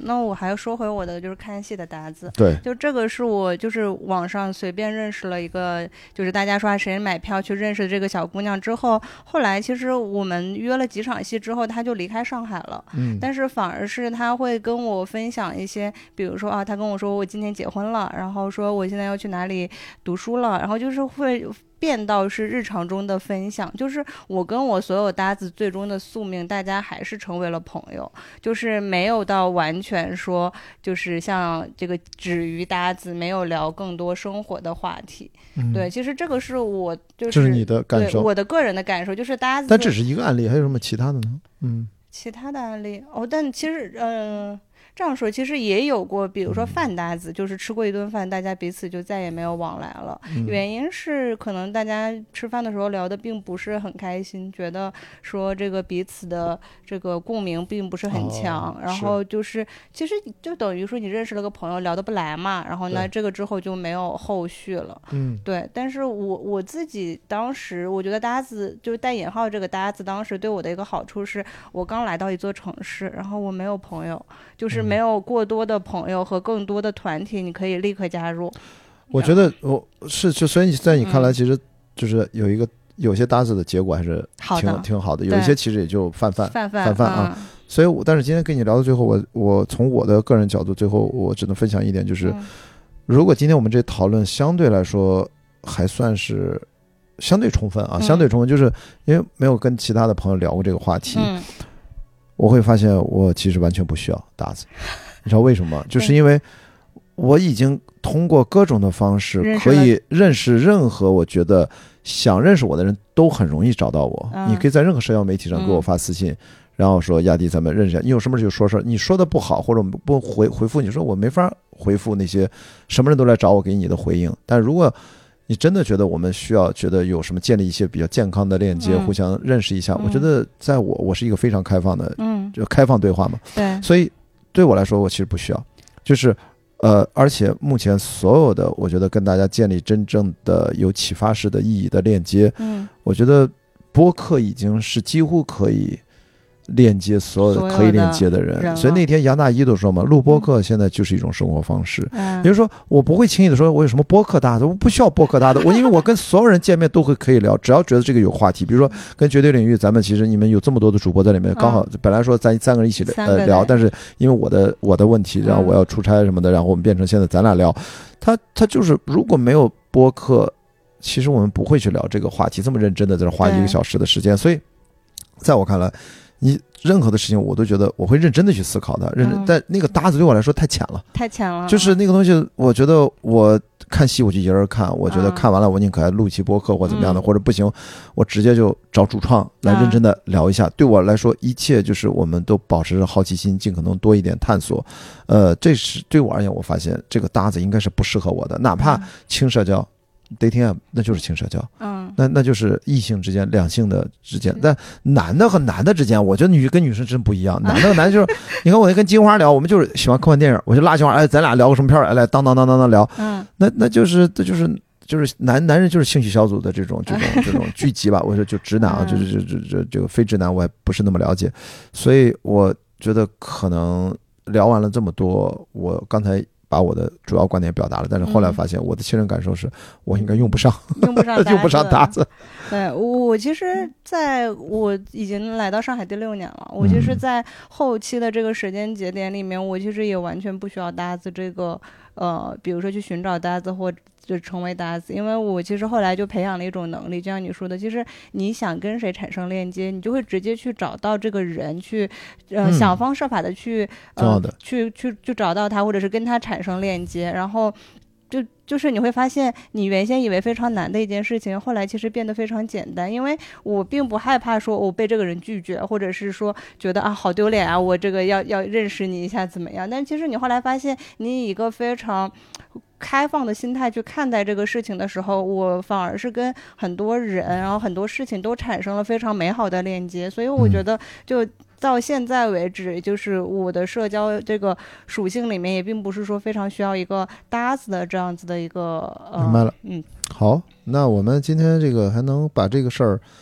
A: 那我还要说回我的就是看戏的搭子。
B: 对，
A: 就这个是我就是网上随便认识了一个，就是大家说谁买票去认识这个小姑娘之后，后来其实我们约了几场戏之后，她就离开上海了。嗯，但是反而是她会跟我分享一些，比如说啊，她跟我说我今年结婚了，然后说我现在要去哪里读书了，然后就是会变到是日常中的分享，就是我跟我所有搭子最终的宿命，大家还是成为了朋友，就是没有到完全说就是像这个止于搭子，没有聊更多生活的话题。嗯、对，其实这个是我就是
B: 这是你的感受，
A: 我的个人的感受，就是搭子。
B: 但这只是一个案例，还有什么其他的呢？嗯，
A: 其他的案例哦，但其实嗯。呃这样说，其实也有过，比如说饭搭子，嗯、就是吃过一顿饭，大家彼此就再也没有往来了。嗯、原因是可能大家吃饭的时候聊的并不是很开心，觉得说这个彼此的这个共鸣并不是很强，哦、然后就是其实就等于说你认识了个朋友，聊得不来嘛，然后呢这个之后就没有后续了。嗯，对。但是我我自己当时我觉得搭子就是带引号这个搭子，当时对我的一个好处是我刚来到一座城市，然后我没有朋友，就是没有过多的朋友和更多的团体你可以立刻加入。
B: 我觉得我是就所以在你看来，其实就是有一个、嗯、有些搭子的结果还是挺挺好的，有一些其实也就泛泛
A: 泛泛
B: 泛泛啊。嗯、所以我但是今天跟你聊到最后，我我从我的个人角度，最后我只能分享一点，就是、嗯、如果今天我们这讨论相对来说还算是相对充分啊，嗯、相对充分，就是因为没有跟其他的朋友聊过这个话题。嗯，我会发现我其实完全不需要搭子，你知道为什么？就是因为我已经通过各种的方式可以认识任何我觉得想认识我的人都很容易找到我。嗯、你可以在任何社交媒体上给我发私信，嗯、然后说亚迪咱们认识一下，你有什么事就说说，你说的不好或者不回回复，你说我没法回复那些什么人都来找我给你的回应。但如果你真的觉得我们需要觉得有什么建立一些比较健康的链接，嗯、互相认识一下，嗯、我觉得在我我是一个非常开放的，嗯，就开放对话嘛，
A: 对，
B: 所以对我来说我其实不需要，就是呃，而且目前所有的我觉得跟大家建立真正的有启发式的意义的链接，嗯，我觉得播客已经是几乎可以链接所有的可以链接的人，所以那天杨大一都说嘛，录播客现在就是一种生活方式。嗯，也就是说，我不会轻易的说我有什么播客搭子，我不需要播客搭子，我因为我跟所有人见面都会可以聊，只要觉得这个有话题。比如说跟绝对领域，咱们其实你们有这么多的主播在里面，刚好本来说咱三个人一起呃聊，但是因为我的我的问题，然后我要出差什么的，然后我们变成现在咱俩聊，他他就是如果没有播客，其实我们不会去聊这个话题，这么认真的在这花一个小时的时间，所以在我看来。你任何的事情我都觉得我会认真的去思考的，认真，但那个搭子对我来说太浅了，
A: 太浅了。
B: 就是那个东西，我觉得我看戏我就一人看，我觉得看完了我宁可录一期播客或怎么样的，或者不行，我直接就找主创来认真的聊一下。对我来说，一切就是我们都保持着好奇心，尽可能多一点探索。呃，这是对我而言，我发现这个搭子应该是不适合我的，哪怕轻社交。dating app 那就是轻社交，嗯，那那就是异性之间、两性的之间，但男的和男的之间，我觉得女跟女生真不一样。男的和男的就是，你看我跟金花聊，我们就是喜欢科幻电影，我就拉金花，哎，咱俩聊个什么片儿，来当当当当当聊，嗯，那那就是这就是就是男男人就是兴趣小组的这种这种这种聚集吧。我说就直男啊，就是这这这这个非直男我也不是那么了解，所以我觉得可能聊完了这么多，我刚才。把我的主要观点表达了，但是后来发现我的亲身感受是我应该用不上，
A: 用不上
B: 用不上搭子。
A: 对，我其实在我已经来到上海第六年了，我其实在后期的这个时间节点里面，我其实也完全不需要搭子这个呃，比如说去寻找搭子或就成为搭子，因为我其实后来就培养了一种能力，就像你说的，其实你想跟谁产生链接，你就会直接去找到这个人，去呃、嗯、想方设法的去呃去去去找到他，或者是跟他产生链接，然后就就是你会发现，你原先以为非常难的一件事情，后来其实变得非常简单。因为我并不害怕说我被这个人拒绝，或者是说觉得啊好丢脸啊，我这个要要认识你一下怎么样？但其实你后来发现，你以一个非常开放的心态去看待这个事情的时候，我反而是跟很多人，然后很多事情都产生了非常美好的链接。所以我觉得就到现在为止，就是我的社交这个属性里面也并不是说非常需要一个搭子的这样子的一个、呃、
B: 明白了。
A: 嗯，
B: 好，那我们今天这个还能把这个事儿还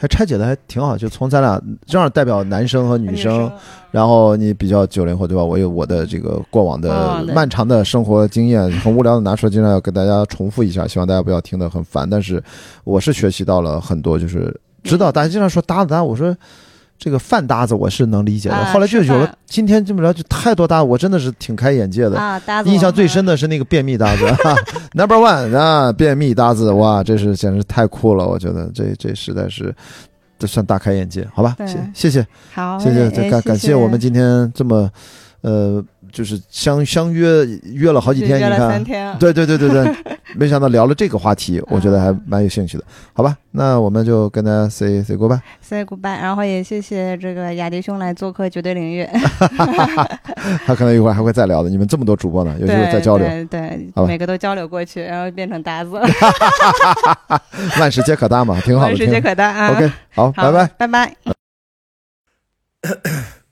B: 还拆解的还挺好，就从咱俩正好代表男生和女生，
A: 女生
B: 然后你比较九零后对吧？我有我的这个过往的漫长的生活经验，很无聊的拿出来，经常要跟大家重复一下，希望大家不要听得很烦。但是我是学习到了很多，就是知道大家经常说搭子搭，我说。这个饭搭子我是能理解的，
A: 啊、
B: 后来就有了今天这么聊就太多搭子，我真的是挺开眼界的
A: 啊。搭子
B: 印象最深的是那个便秘搭子，Number One 啊，便秘搭子，哇，这是简直太酷了，我觉得这这实在是，这算大开眼界，好吧？谢谢谢，
A: 好，
B: 谢谢，
A: 感
B: 感感谢我们今天这么，呃。就是相相约约了好几天，
A: 约了
B: 你看，
A: 三天
B: 对对对对对，没想到聊了这个话题，我觉得还蛮有兴趣的。好吧，那我们就跟大家 say say goodbye
A: say goodbye， 然后也谢谢这个雅迪兄来做客绝对领域。
B: 他可能一会儿还会再聊的，你们这么多主播呢，有机会再交流。
A: 对对，对每个都交流过去，然后变成搭子了。
B: 万事皆可搭嘛，挺好的，
A: 万事皆可搭啊。
B: OK， 好，拜拜，
A: 拜拜。